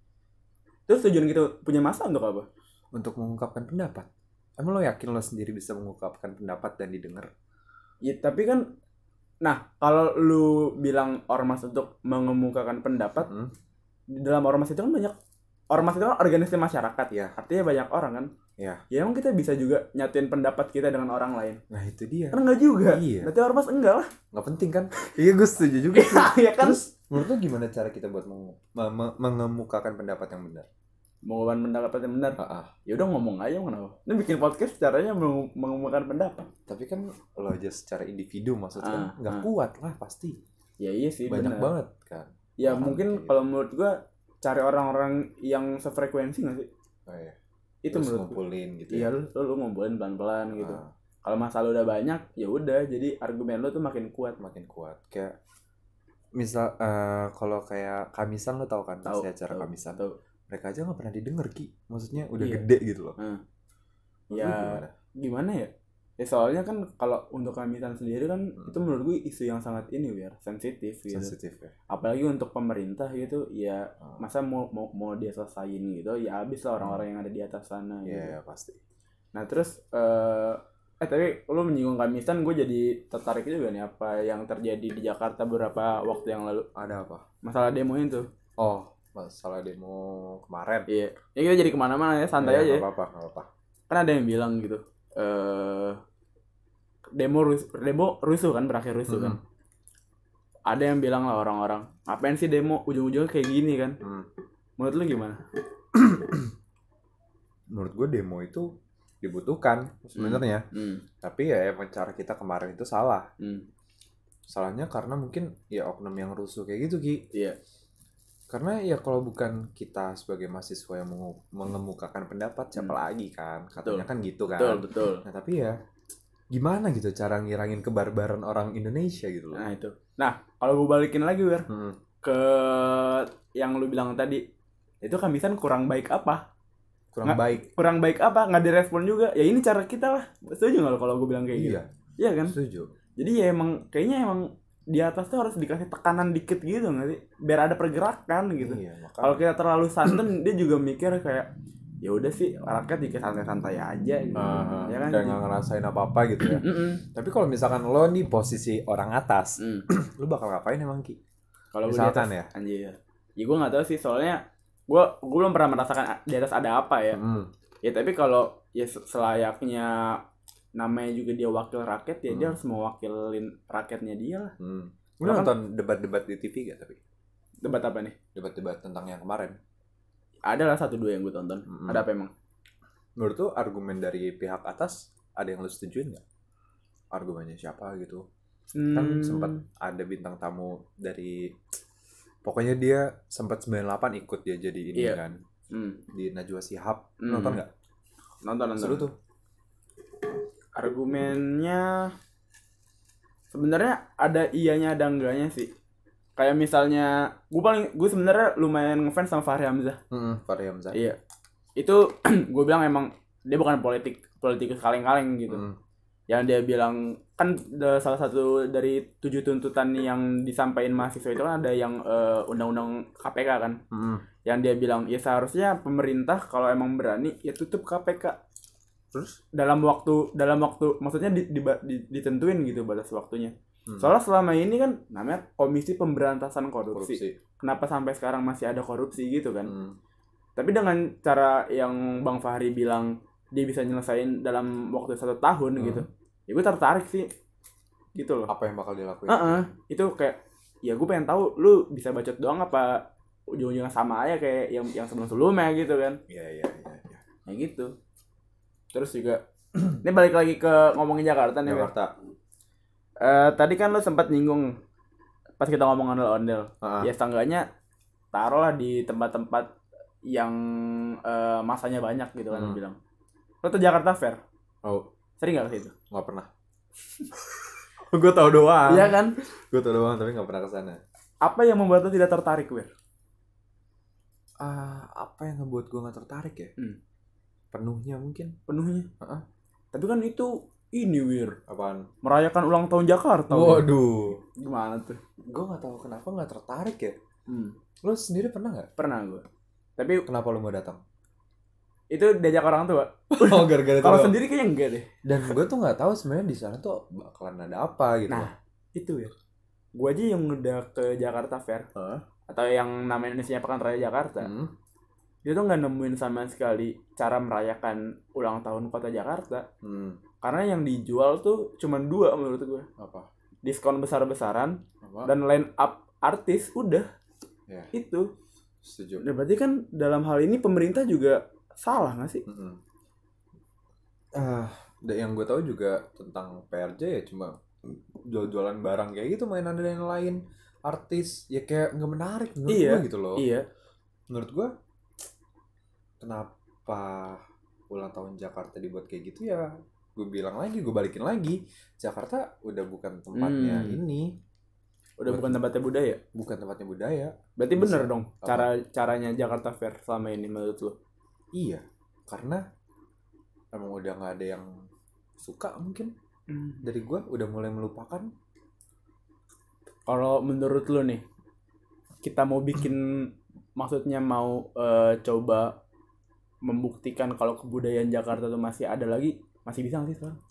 Terus tujuan kita punya masa untuk apa? Untuk mengungkapkan pendapat. Emang lo yakin lo sendiri bisa mengungkapkan pendapat dan didengar? Ya tapi kan, nah kalau lu bilang ormas untuk mengemukakan pendapat, di dalam ormas itu kan banyak, ormas itu kan organisasi masyarakat Ya. artinya banyak orang kan. Ya. Ya emang kita bisa juga nyatuin pendapat kita dengan orang lain? Nah itu dia. Kan enggak juga. Iya. Berarti ormas enggak lah. Nggak penting kan? Iya, gue setuju juga. Ya kan. Terus menurut lo gimana cara kita buat mengemukakan pendapat yang benar? Mengemukakan pendapat yang benar. Ya udah ngomong aja kenapa? Ini bikin podcast caranya mengemukakan pendapat. Tapi kan lo aja secara individu maksudnya nggak Ah. kuat lah pasti. Ya iya sih Banyak benar. banget kan. Ya Orang mungkin kayak kalau menurut gua cari orang-orang yang sefrekuensi nggak sih? Oh, iya. Itu Terus menurut gua. ngumpulin gitu. Iya lu ngumpulin pelan-pelan gitu. Ah. Kalau masalah udah banyak ya udah jadi argumen lu tuh makin kuat. Kayak misal kalau kayak Kamisan lo tau kan pasti acara Kamisan. Tahu. Mereka aja nggak pernah didengar, Ki. Maksudnya udah Iya. gede gitu loh. Menurut Ya lu gimana ya? Ya soalnya kan kalau untuk Kamisan sendiri kan itu menurut gue isu yang sangat ini biar sensitif gitu. sensitif ya. Apalagi untuk pemerintah gitu ya masa mau dia selesain gitu ya habis lah orang-orang yang ada di atas sana gitu. Iya, pasti. Nah terus tapi lu menyinggung Kamisan, gue jadi tertarik juga nih apa yang terjadi di Jakarta beberapa waktu yang lalu. Ada apa? Masalah demo itu. Oh, masalah demo kemarin. Iya. Ya kita jadi kemana-mana ya, santai aja. Nggak apa-apa. Kan ada yang bilang gitu. Demo rusuh kan, berakhir rusuh kan. Ada yang bilang lah orang-orang, ngapain sih demo ujung-ujungnya kayak gini kan. Menurut lu gimana? Menurut gue demo itu dibutuhkan sebenarnya. Tapi ya emang cara kita kemarin itu salah. Salahnya karena mungkin ya oknum yang rusuh kayak gitu, Ki. Iya. Karena ya kalau bukan kita sebagai mahasiswa yang mengemukakan pendapat, siapa lagi kan? Katanya kan gitu kan. Betul. Nah tapi ya gimana gitu cara ngirangin kebarbaran orang Indonesia gitu loh. Nah itu. Nah kalau gue balikin lagi Wir, ke yang lu bilang tadi, itu Kamisan kurang baik apa? Kurang baik apa? Nggak direspon juga. Ya ini cara kita lah. Setuju nggak lo kalau gue bilang kayak gitu? Iya kan? Setuju. Jadi ya kayaknya emang di atas tuh harus dikasih tekanan dikit gitu nggak sih? Biar ada pergerakan gitu. Iya, kalau kita terlalu santun dia juga mikir kayak ya udah sih rakyat dikit santai-santai aja gitu. Ya kan? Kayak nggak ngerasain apa-apa gitu ya. Tapi kalau misalkan lo nih posisi orang atas, lo bakal ngapain emang, Ki? Kalau gue misalkan ya, anjir. Ya gue nggak tahu sih soalnya gue belum pernah merasakan di atas ada apa ya. Ya tapi kalau ya selayaknya namanya juga dia wakil rakyat ya dia harus mewakilin rakyatnya dia lah. Lu nonton debat-debat di TV gak tapi? Debat apa nih? Debat-debat tentang yang kemarin. Ada lah 1-2 yang gue tonton. Ada apa emang? Menurut tuh argumen dari pihak atas ada yang lu setujuin gak? Argumennya siapa gitu? Kan sempat ada bintang tamu dari pokoknya dia sempat 98 ikut dia jadi ini kan. Di Najwa Shihab. Nonton gak? Nonton. Seru tuh. Argumennya sebenarnya ada iyanya ada enggaknya sih. Kayak misalnya gue sebenarnya lumayan ngefans sama Fahri Hamzah. Fahri Hamzah. Iya. Itu gue bilang emang dia bukan politikus kaleng-kaleng gitu. Yang dia bilang kan salah satu dari 7 tuntutan yang disampaikan mahasiswa itu kan ada yang undang-undang KPK kan. Yang dia bilang ya seharusnya pemerintah kalau emang berani ya tutup KPK. Terus? dalam waktu maksudnya ditentuin gitu batas waktunya. Soalnya selama ini kan namanya Komisi Pemberantasan Korupsi. Kenapa sampai sekarang masih ada korupsi gitu kan? Tapi dengan cara yang Bang Fahri bilang dia bisa nyelesain dalam waktu 1 tahun gitu, ya gue tertarik sih gitu loh. Apa yang bakal dilakuin? Itu kayak ya gue pengen tahu lu bisa bacot doang apa ujung-ujungnya sama aja kayak yang sebelum-sebelumnya gitu kan. Iya. Ya gitu. Terus juga ini balik lagi ke ngomongin Jakarta nih. Jakarta. Tadi kan lu sempat nyinggung pas kita ngomong ondel-ondel. Ya setengahnya taruhlah di tempat-tempat yang masanya banyak gitu kan lu bilang. Lu tuh Jakarta Fair. Oh, Sering enggak ke situ? enggak pernah. Gue tau doang. Iya kan? Gue tau doang tapi enggak pernah ke sana. Apa yang membuat lu tidak tertarik, Wir? Apa yang ngebuat gue enggak tertarik ya? Penuhnya mungkin. Penuhnya. Tapi kan itu ini, Wir. Apaan? Merayakan ulang tahun Jakarta. Waduh. Gimana tuh? Gue nggak tahu kenapa nggak tertarik ya. Lo sendiri pernah nggak? Pernah gue. Tapi kenapa lo mau datang? Itu diajak orang tua. Oh, gara-gara itu. Kalau sendiri kayaknya enggak deh. Dan gue tuh nggak tahu sebenarnya di sana tuh bakalan ada apa gitu. Nah, itu ya. Gue aja yang udah ke Jakarta Fair. Atau yang nama Indonesia Pekan Raya Jakarta. Dia tuh nggak nemuin sama sekali cara merayakan ulang tahun kota Jakarta. Karena yang dijual tuh cuma 2 menurut gue. Apa? Diskon besar-besaran dan line up artis udah. Ya. Itu. Setuju. Dan berarti kan dalam hal ini pemerintah juga salah nggak sih? Yang gue tahu juga tentang PRJ ya cuma jual-jualan barang kayak gitu, mainan dan lain artis ya kayak nggak menarik menurut gue gitu loh. Iya. Menurut gue kenapa ulang tahun Jakarta dibuat kayak gitu ya? Gue bilang lagi, gue balikin lagi, Jakarta udah bukan tempatnya ini. Udah bukan tempatnya budaya. Bukan tempatnya budaya. Berarti bener dong caranya Jakarta Fair selama ini menurut lo? Iya, karena emang udah nggak ada yang suka mungkin. Dari gue udah mulai melupakan. Kalau menurut lo nih, kita mau bikin, maksudnya mau coba membuktikan kalau kebudayaan Jakarta tuh masih ada lagi, masih bisa nggak sih sekarang?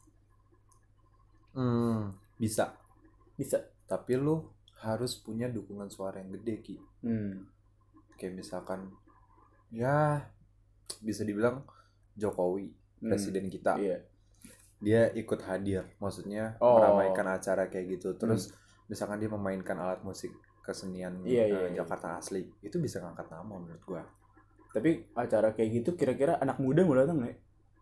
Bisa. Tapi lu harus punya dukungan suara yang gede, Ki. Kayak misalkan, ya bisa dibilang Jokowi, presiden kita. Iya. Dia ikut hadir, maksudnya meramaikan acara kayak gitu. Terus misalkan dia memainkan alat musik kesenian Jakarta asli, itu bisa ngangkat nama menurut gua. Tapi acara kayak gitu kira-kira anak muda mau datang nggak?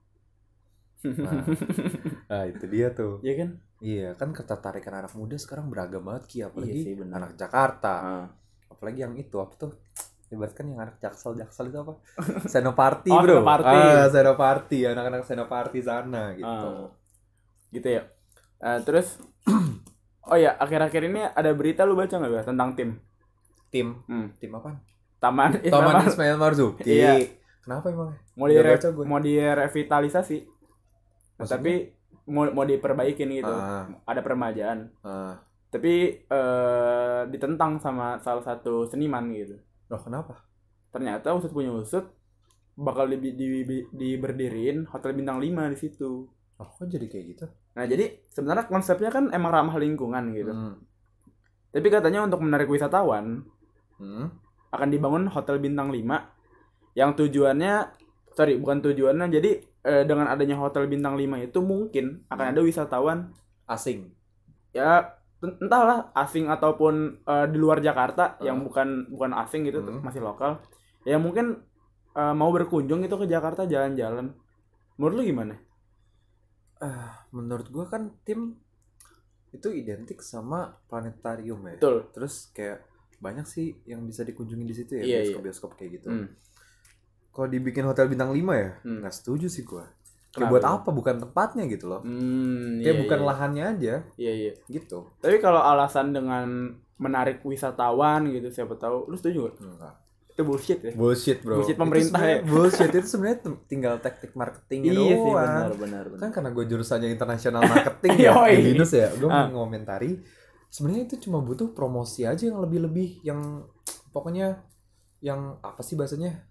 Nah, itu dia tuh. Iya kan? Iya, kan ketertarikan anak muda sekarang beragam banget, Ki. Apalagi sih, anak Jakarta. Apalagi yang itu, apa tuh? Ibaratkan yang anak Jaksel itu apa? Senoparty, bro. Senoparty. Anak-anak Senoparty sana, gitu. Gitu ya. Terus, oh ya, akhir-akhir ini ada berita lu baca nggak, Bang, tentang tim? Tim apa? Taman Ismail Marzuki. Iya. Kenapa emang? Mau direvitalisasi. Tapi mau diperbaikin gitu. Ada peremajaan. Tapi ditentang sama salah satu seniman gitu. Loh, kenapa? Ternyata usut punya usut bakal diberdiriin hotel bintang 5 di situ. Oh, kok jadi kayak gitu? Nah, jadi sebenarnya konsepnya kan emang ramah lingkungan gitu. Tapi katanya untuk menarik wisatawan akan dibangun hotel bintang 5 yang bukan tujuannya. Jadi dengan adanya hotel bintang 5 itu mungkin akan ada wisatawan asing. Ya, entahlah asing ataupun di luar Jakarta yang bukan asing gitu, masih lokal. Ya mungkin mau berkunjung itu ke Jakarta jalan-jalan. Menurut lu gimana? Menurut gua kan tim itu identik sama planetarium ya. Betul. Terus kayak banyak sih yang bisa dikunjungi di situ ya, bioskop-bioskop kayak gitu. Kalau dibikin hotel bintang 5 ya, nggak setuju sih gua. Kayak buat apa? Bukan tempatnya gitu loh. Kayak bukan lahannya aja. Iya. Gitu. Tapi kalau alasan dengan menarik wisatawan gitu, siapa tahu, lu setuju gak? Enggak. Itu bullshit ya? Bullshit, bro. Bullshit pemerintah ya? Bullshit itu sebenarnya tinggal teknik marketingnya doang. Iya sih, benar. Kan karena gue jurusannya international marketing ya, di BINUS ya. Gue mengomentari, sebenarnya itu cuma butuh promosi aja yang lebih-lebih, yang pokoknya yang apa sih bahasanya?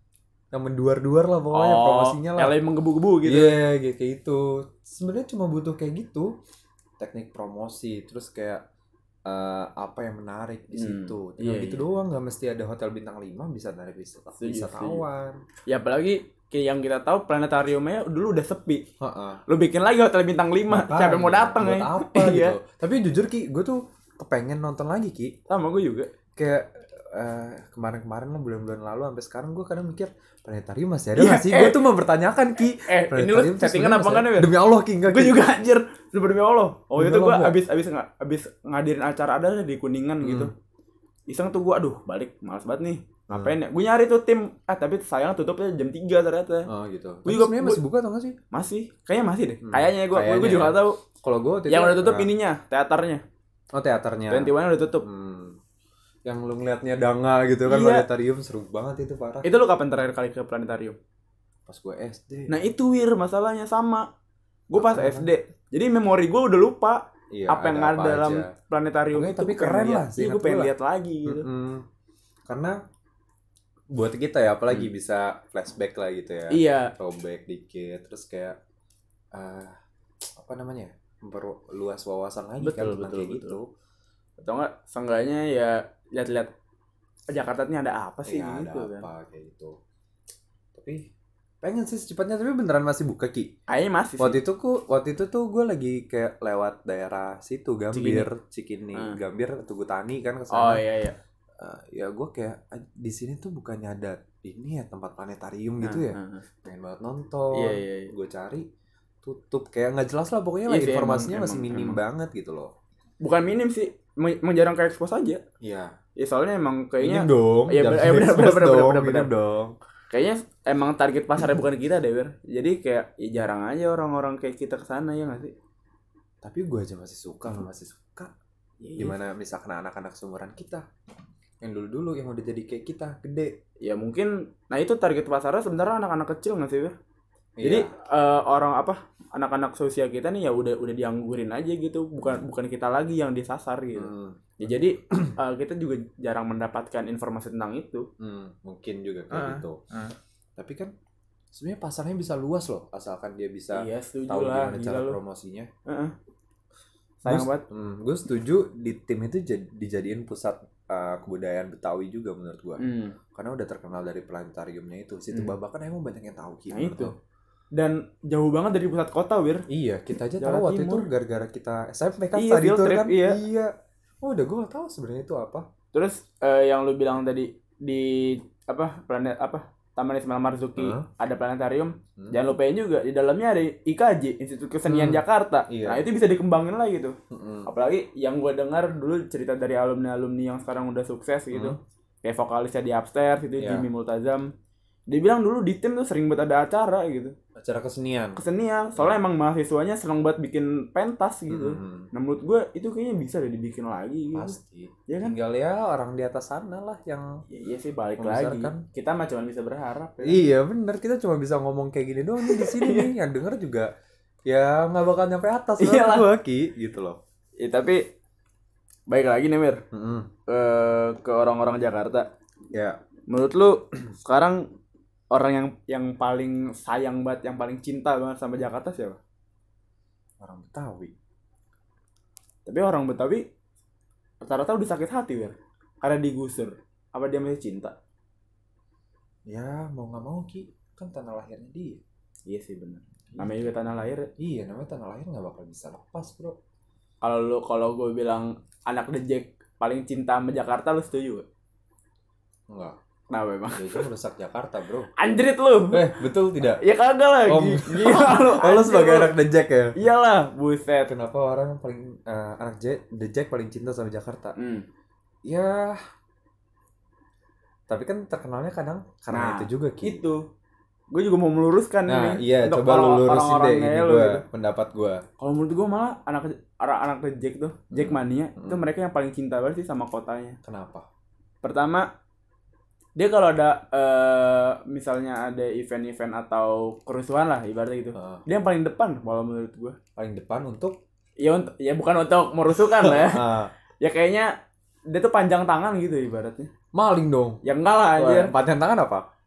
yang menduar-duar lah pokoknya promosinya lah. LA menggebu-gebu gitu. Iya, kayak gitu. Sebenarnya cuma butuh kayak gitu. Teknik promosi, terus kayak apa yang menarik di situ. Tinggal gitu doang, nggak mesti ada hotel bintang 5 bisa narik wisatawan. Ya apalagi kayak yang kita tahu planetariumnya dulu udah sepi. Heeh. Lu bikin lagi hotel bintang 5, siapa yang mau datang buat ya? apa gitu. Tapi jujur Ki, gue tuh kepengen nonton lagi Ki. Sama gue juga. Kayak kemarin-kemarin lah, bulan-bulan lalu sampai sekarang gue kadang mikir planetarium masih ada nggak sih? Gue tuh mempertanyakan Ki. Ini lu settingan apa enggak nih? Demi Allah Ki, enggak Ki. Gue juga anjir, demi Allah. Demi Itu gue Allah, abis ngadirin acara ada di Kuningan gitu. Iseng tuh gue, aduh balik, malas banget nih. Ngapain ya? Gue nyari tuh tim, tapi sayang tutupnya jam 3 ternyata. Oh gitu. Gue juga sebenarnya masih buka atau nggak sih? Masih, kayaknya masih deh. Kayaknya gue juga nggak tahu. Kalau gue yang udah tutup ininya, teaternya. Oh teaternya. 21 udah tutup. Yang lu ngeliatnya danga gitu kan, planetarium seru banget itu, parah. Itu lu kapan terakhir kali ke planetarium? Pas gue SD. Nah itu masalahnya sama. Gue pas SD. Jadi memori gue udah lupa apa yang ada dalam planetarium itu. Tapi keren lah sih. Gue pengen lihat lagi gitu. Karena buat kita ya, apalagi bisa flashback lah gitu ya. Iya. Throwback dikit, terus kayak apa namanya? Memperluas wawasan lagi kan tentang kayak gitu. Atau enggak, seenggaknya ya lihat-lihat Jakarta ini ada apa sih ya, gitu ada kan. Apa kayak gitu. Tapi pengen sih secepatnya, tapi beneran masih buka Ki? Kayaknya masih sih. Waktu itu tuh gue lagi kayak lewat daerah situ Gambir, Cikini, Gambir, Tugu Tani kan kesana. Oh iya. Ya gue kayak di sini tuh bukannya ada ini ya tempat planetarium gitu ya. Pengen banget nonton. Iya. Gue cari tutup, kayak nggak jelas lah pokoknya lah, informasinya masih minim banget gitu loh. Bukan minim sih, menjarang ke expose aja. Iya. Ya soalnya emang kayaknya minim dong. Iya benar. Dong. Kayaknya emang target pasarnya bukan kita deh, Wir. Jadi kayak ya jarang aja orang-orang kayak kita kesana, ya nggak sih? Tapi gue aja masih suka. Gimana misalkan anak-anak seumuran kita yang dulu yang udah jadi kayak kita gede. Ya mungkin, nah itu target pasarnya sebenarnya anak-anak kecil nggak sih, Wir? Jadi anak-anak sosial kita nih ya udah dianggurin aja gitu, bukan kita lagi yang disasar gitu. Ya jadi kita juga jarang mendapatkan informasi tentang itu. Mungkin juga kayak gitu. Tapi kan sebenarnya pasarnya bisa luas loh, asalkan dia bisa tahu gimana cara promosinya. Sayang banget. Gue setuju di tim itu dijadiin pusat kebudayaan Betawi juga menurut gue. Karena udah terkenal dari planetariumnya itu. Situ Babakan emang banyak yang tahu gitu. Nah itu. Dan jauh banget dari pusat kota, Wir. Iya, kita aja tahu waktu itu gara-gara kita SMP kan tadi tour trip, kan. Iya. Oh, udah gue gak tahu sebenarnya itu apa. Terus yang lu bilang tadi di Taman Ismail Marzuki ada planetarium. Jangan lupain juga di dalamnya ada IKJ, Institut Kesenian Jakarta. Nah, itu bisa dikembangin lagi tuh. Apalagi yang gue dengar dulu cerita dari alumni yang sekarang udah sukses gitu. Kayak vokalisnya di Upstairs itu, Jimmy Multazam. Dia bilang dulu di tim tuh sering banget ada acara gitu. Acara kesenian. Soalnya emang mahasiswanya seneng banget bikin pentas gitu. Nah menurut gue itu kayaknya bisa deh dibikin lagi gitu. Pasti. Ya kan? Tinggal ya orang di atas sana lah yang iya sih balik lagi. Kita mah cuma bisa berharap ya. Iya bener, kita cuma bisa ngomong kayak gini doang nih di sini nih. Yang denger juga ya nggak bakal nyampe atas lah gue Ki gitu loh. Ya tapi baik lagi nih Mir. Ke orang-orang Jakarta. Ya. Menurut lu sekarang orang yang paling sayang banget, yang paling cinta banget sama Jakarta siapa? Orang Betawi. Tapi orang Betawi rata-rata udah sakit hati, Wir. Karena digusur. Apa dia masih cinta? Ya, mau gak mau Ki. Kan tanah lahirnya dia. Iya sih benar. Namanya juga tanah lahir. Iya, namanya tanah lahir gak bakal bisa lepas, bro. Kalau gue bilang anak The Jack paling cinta sama Jakarta, lu setuju gak? Enggak. Kenapa emang? Dia itu merusak Jakarta, bro. Anjrit lu. Betul tidak? Ya kagak lah. Gila lu. Lu sebagai anak The Jack ya? Iyalah, buset. Kenapa orang paling anak The Jack paling cinta sama Jakarta? Ya. Tapi kan terkenalnya kadang karena itu juga Ki. Itu. Gue juga mau meluruskan ini. Iya, coba lu lurusin deh ini pendapat gue. Kalau menurut gue malah anak The Jack tuh, Jack Mania, itu mereka yang paling cinta banget sih sama kotanya. Kenapa? Pertama, dia kalau ada misalnya ada event-event atau kerusuhan lah ibaratnya gitu, dia yang paling depan kalau menurut gue. Paling depan untuk? Ya bukan untuk merusuhkan lah ya. Ya kayaknya dia tuh panjang tangan gitu ibaratnya. Maling dong. Ya enggak lah anjir. Panjang tangan apa?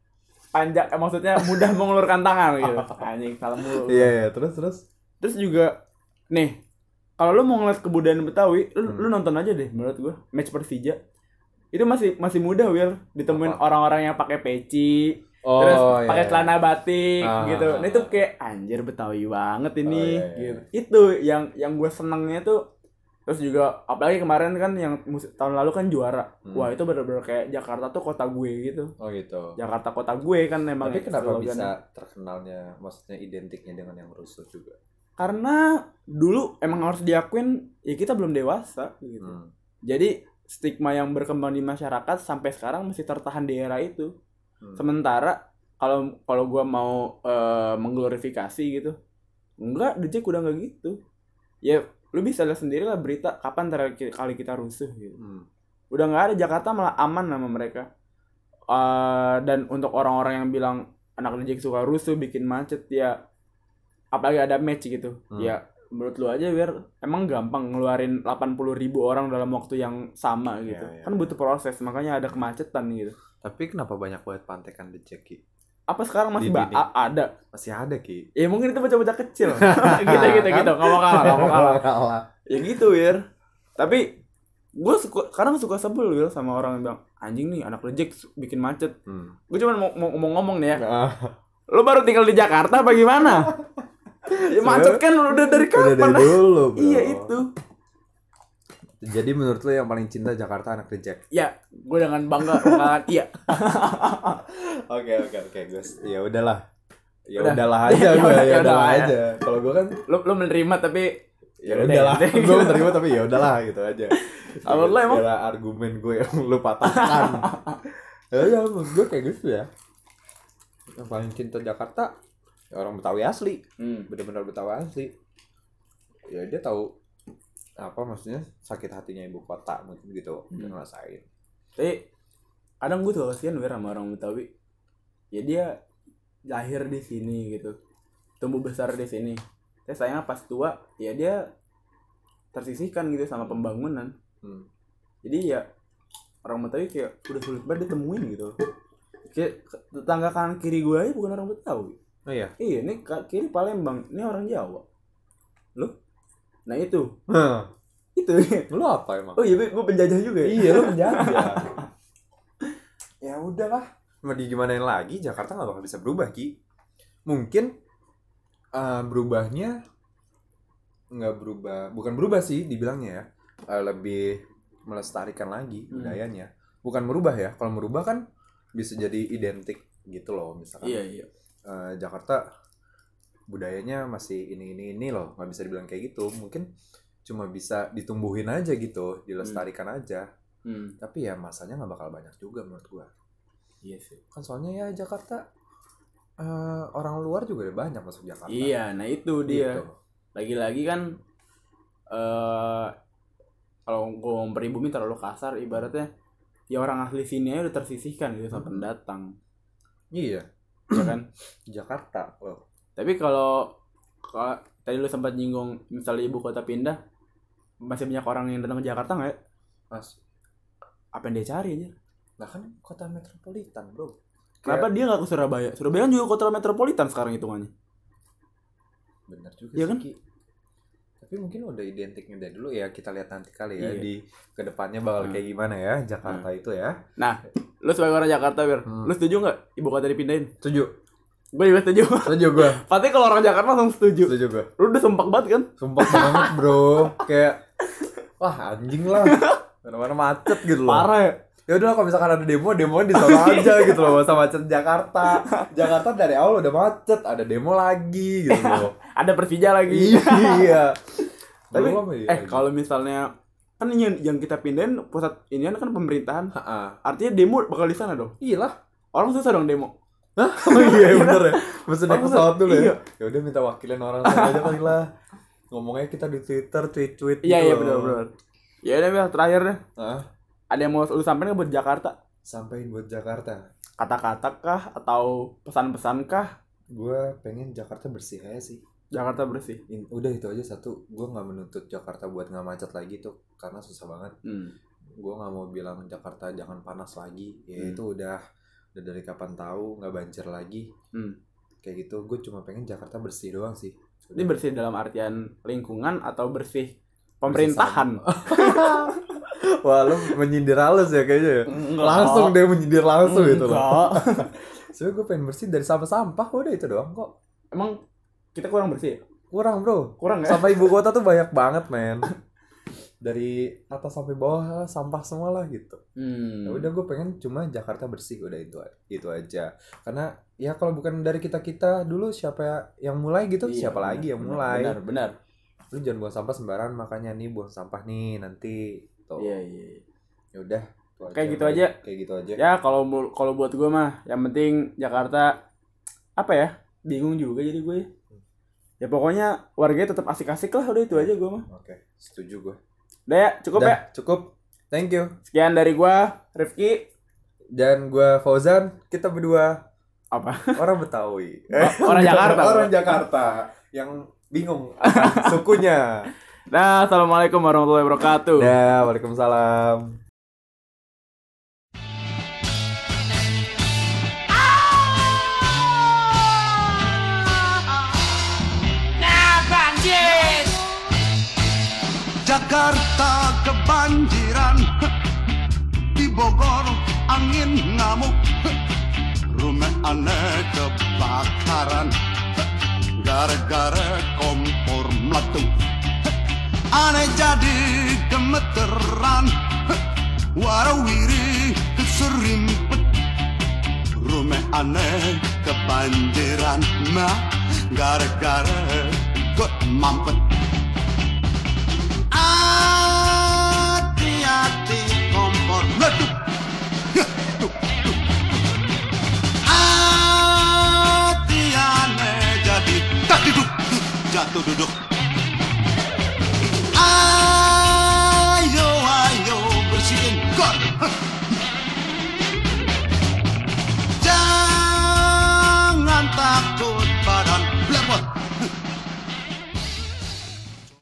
panjang, maksudnya mudah mengulurkan tangan gitu. Anjing, salah mulu. Iya, terus. Terus juga nih, kalau lu mau ngeliat kebudayaan Betawi, lu nonton aja deh menurut gua match Persija. Itu masih mudah, Will, ditemuin orang-orang yang pakai peci, terus pakai celana batik gitu. Nah itu kayak anjir Betawi banget ini gitu. Itu yang gue senengnya tuh. Terus juga apalagi kemarin kan yang tahun lalu kan juara. Wah, itu bener-bener kayak Jakarta tuh kota gue gitu. Oh gitu. Jakarta kota gue kan memang. Tapi kenapa bisa terkenalnya, maksudnya identiknya dengan yang rusuh juga? Karena dulu emang harus diakuin ya kita belum dewasa gitu. Jadi stigma yang berkembang di masyarakat sampai sekarang masih tertahan di era itu. Sementara kalau gue mau mengglorifikasi gitu, enggak, The Jack udah nggak gitu. Ya lu bisa lihat sendiri lah berita kapan terakhir kali kita rusuh gitu. Udah nggak ada, Jakarta malah aman sama mereka. Dan untuk orang-orang yang bilang anak The Jack suka rusuh, bikin macet, ya apalagi ada match gitu, ya menurut lu aja biar emang gampang ngeluarin 80.000 orang dalam waktu yang sama gitu. Kan butuh proses, makanya ada kemacetan gitu. Tapi kenapa banyak banget pantekan The Jack, Ki? Apa sekarang masih ada? Masih ada, Ki. Ya mungkin itu bocah-bocah kecil. gitu. Nggak mau kalah. Ya gitu, Wir. Tapi gue kadang suka sebel gitu sama orang yang bilang anjing nih anak The Jack bikin macet. Gue cuma mau ngomong nih ya. Lu baru tinggal di Jakarta apa gimana? Ya macet kan udah dari kapan? Udah dari dulu, bro. Iya itu. Jadi menurut lo yang paling cinta Jakarta anak The Jack? Ya, gue dengan bangga mengatakan iya. Oke, Gus. Ya udahlah. Ya udahlah aja gue. Ya udahlah aja. Kalau gue kan lo menerima tapi ya udahlah. Gue menerima tapi ya udahlah gitu aja. Kalau lo emang argumen gue yang lo patahkan. Ya menurut gue kayak gitu ya. Yang paling cinta Jakarta ya orang Betawi asli. Benar-benar Betawi asli. Ya dia tahu apa maksudnya sakit hatinya ibu kota mungkin gitu. Dia ngerasain. Tapi kadang gue tuh kasihan sama orang Betawi. Ya dia lahir di sini gitu. Tumbuh besar di sini. Tapi sayangnya pas tua ya dia tersisihkan gitu sama pembangunan. Jadi ya orang Betawi kayak udah sulit banget ditemuin gitu. Kayak tetangga kanan kiri gue aja bukan orang Betawi. Oh iya? Iya, ini kiri Palembang, ini orang Jawa. Loh? Nah itu. Itu. Lu apa emang? Oh iya, gue penjajah juga ya? Iya, lu penjajah. Ya udahlah. Mau digimanain lagi, Jakarta gak bakal bisa berubah, Ki. Mungkin berubahnya nggak berubah, bukan berubah sih dibilangnya ya. Lebih melestarikan lagi budayanya. Bukan merubah ya. Kalau merubah kan bisa jadi identik gitu loh misalkan. Iya. Jakarta budayanya masih ini loh, nggak bisa dibilang kayak gitu. Mungkin cuma bisa ditumbuhin aja gitu, dilestarikan aja. Tapi ya masanya nggak bakal banyak juga menurut gua. Iya sih. Kan soalnya ya Jakarta orang luar juga udah banyak masuk Jakarta. Iya, nah itu dia. Gitu. Lagi-lagi kan kalau ngomong pribumi terlalu kasar, ibaratnya ya orang asli sini aja udah tersisihkan gitu sama pendatang. Iya. Ya kan? Jakarta loh. Tapi kalau tadi lu sempat nyinggung misalnya ibu kota pindah, masih banyak orang yang datang ke Jakarta nggak ya? Mas, apa yang dia cari aja? nah kan kota metropolitan bro. Kenapa dia nggak ke Surabaya? Surabaya kan juga kota metropolitan sekarang hitungannya. Bener juga ya sih, kan? Ki. Tapi mungkin udah identiknya dari dulu ya, kita lihat nanti kali ya. Iya. Di kedepannya bakal kayak gimana ya Jakarta itu ya. Nah, lu sebagai orang Jakarta, Wir, lu setuju nggak ibu kota dipindahin? Setuju. Gue juga setuju. Setuju gue. Pasti kalau orang Jakarta langsung setuju. Setuju gue. Lu udah sumpah banget kan? Sumpah banget bro. Kayak wah anjing lah. Mana-mana macet gitu loh. Parah ya. Ya udah kalau misalkan ada demo di sana aja gitu loh, masa macet Jakarta. Jakarta dari awal udah macet, ada demo lagi gitu loh. Ada Persija lagi. Iya. Tapi kalau misalnya kan ini yang kita pindahin pusat ini kan pemerintahan. Artinya demo bakal di sana dong. Iyalah. Orang susah dong demo. Hah? Oh iya bener ya. Mesti naik pesawat dulu ya. Iya. Ya udah minta wakilin orang sana aja kali lah. Ngomongnya kita di Twitter, tweet gitu. Iya benar. Ya udah Mel, terakhir deh. Ada yang mau lu sampein buat Jakarta? Sampein buat Jakarta. Kata-kata kah atau pesan-pesan kah? Gue pengen Jakarta bersih aja sih. Jakarta bersih. Udah itu aja satu. Gue nggak menuntut Jakarta buat nggak macet lagi tuh, karena susah banget. Gue nggak mau bilang Jakarta jangan panas lagi. Ya itu udah udah dari kapan tahu nggak banjir lagi. Kayak gitu, gue cuma pengen Jakarta bersih doang sih. Ini bersih dalam artian lingkungan atau bersih pemerintahan? Wah, lu menyindir halus ya kayaknya ya. Langsung dia menyindir langsung gitu loh. Soalnya gue pengen bersih dari sampah-sampah, udah itu doang kok. Emang kita kurang bersih? Kurang bro. Kurang ya? Sampai ibu kota tuh banyak banget men. Dari atas sampai bawah sampah semua lah gitu. Ya udah gue pengen cuma Jakarta bersih, udah itu aja. Karena ya kalau bukan dari kita dulu siapa yang mulai gitu? Iya, siapa lagi yang mulai? Benar. Lu jangan buang sampah sembarangan, makanya nih buang sampah nih nanti. Tuh. Iya. Ya udah. Kayak gitu aja. Kayak gitu aja. Ya kalau buat gue mah yang penting Jakarta apa ya? Bingung juga jadi gue. Ya pokoknya warganya tetap asik-asik lah, udah itu aja gue mah. Oke, setuju gue. Udah ya, cukup ya? Cukup. Thank you. Sekian dari gue, Rifki. Dan gue Fauzan. Kita berdua Apa? orang Betawi. Orang Jakarta. Orang Jakarta yang bingung sukunya. Nah, assalamualaikum warahmatullahi wabarakatuh. Ya, waalaikumsalam. Jakarta kebanjiran, di Bogor angin ngamuk, rumah aneh kebakaran, gara-gara kompor meletup. Aneh jadi gemeteran, warawiri keserimpet, rumah aneh kebanjiran, nah gara-gara gue mampet. Hati-hati kompor meletup. Hati aneh jadi tak duduk, jatuh duduk.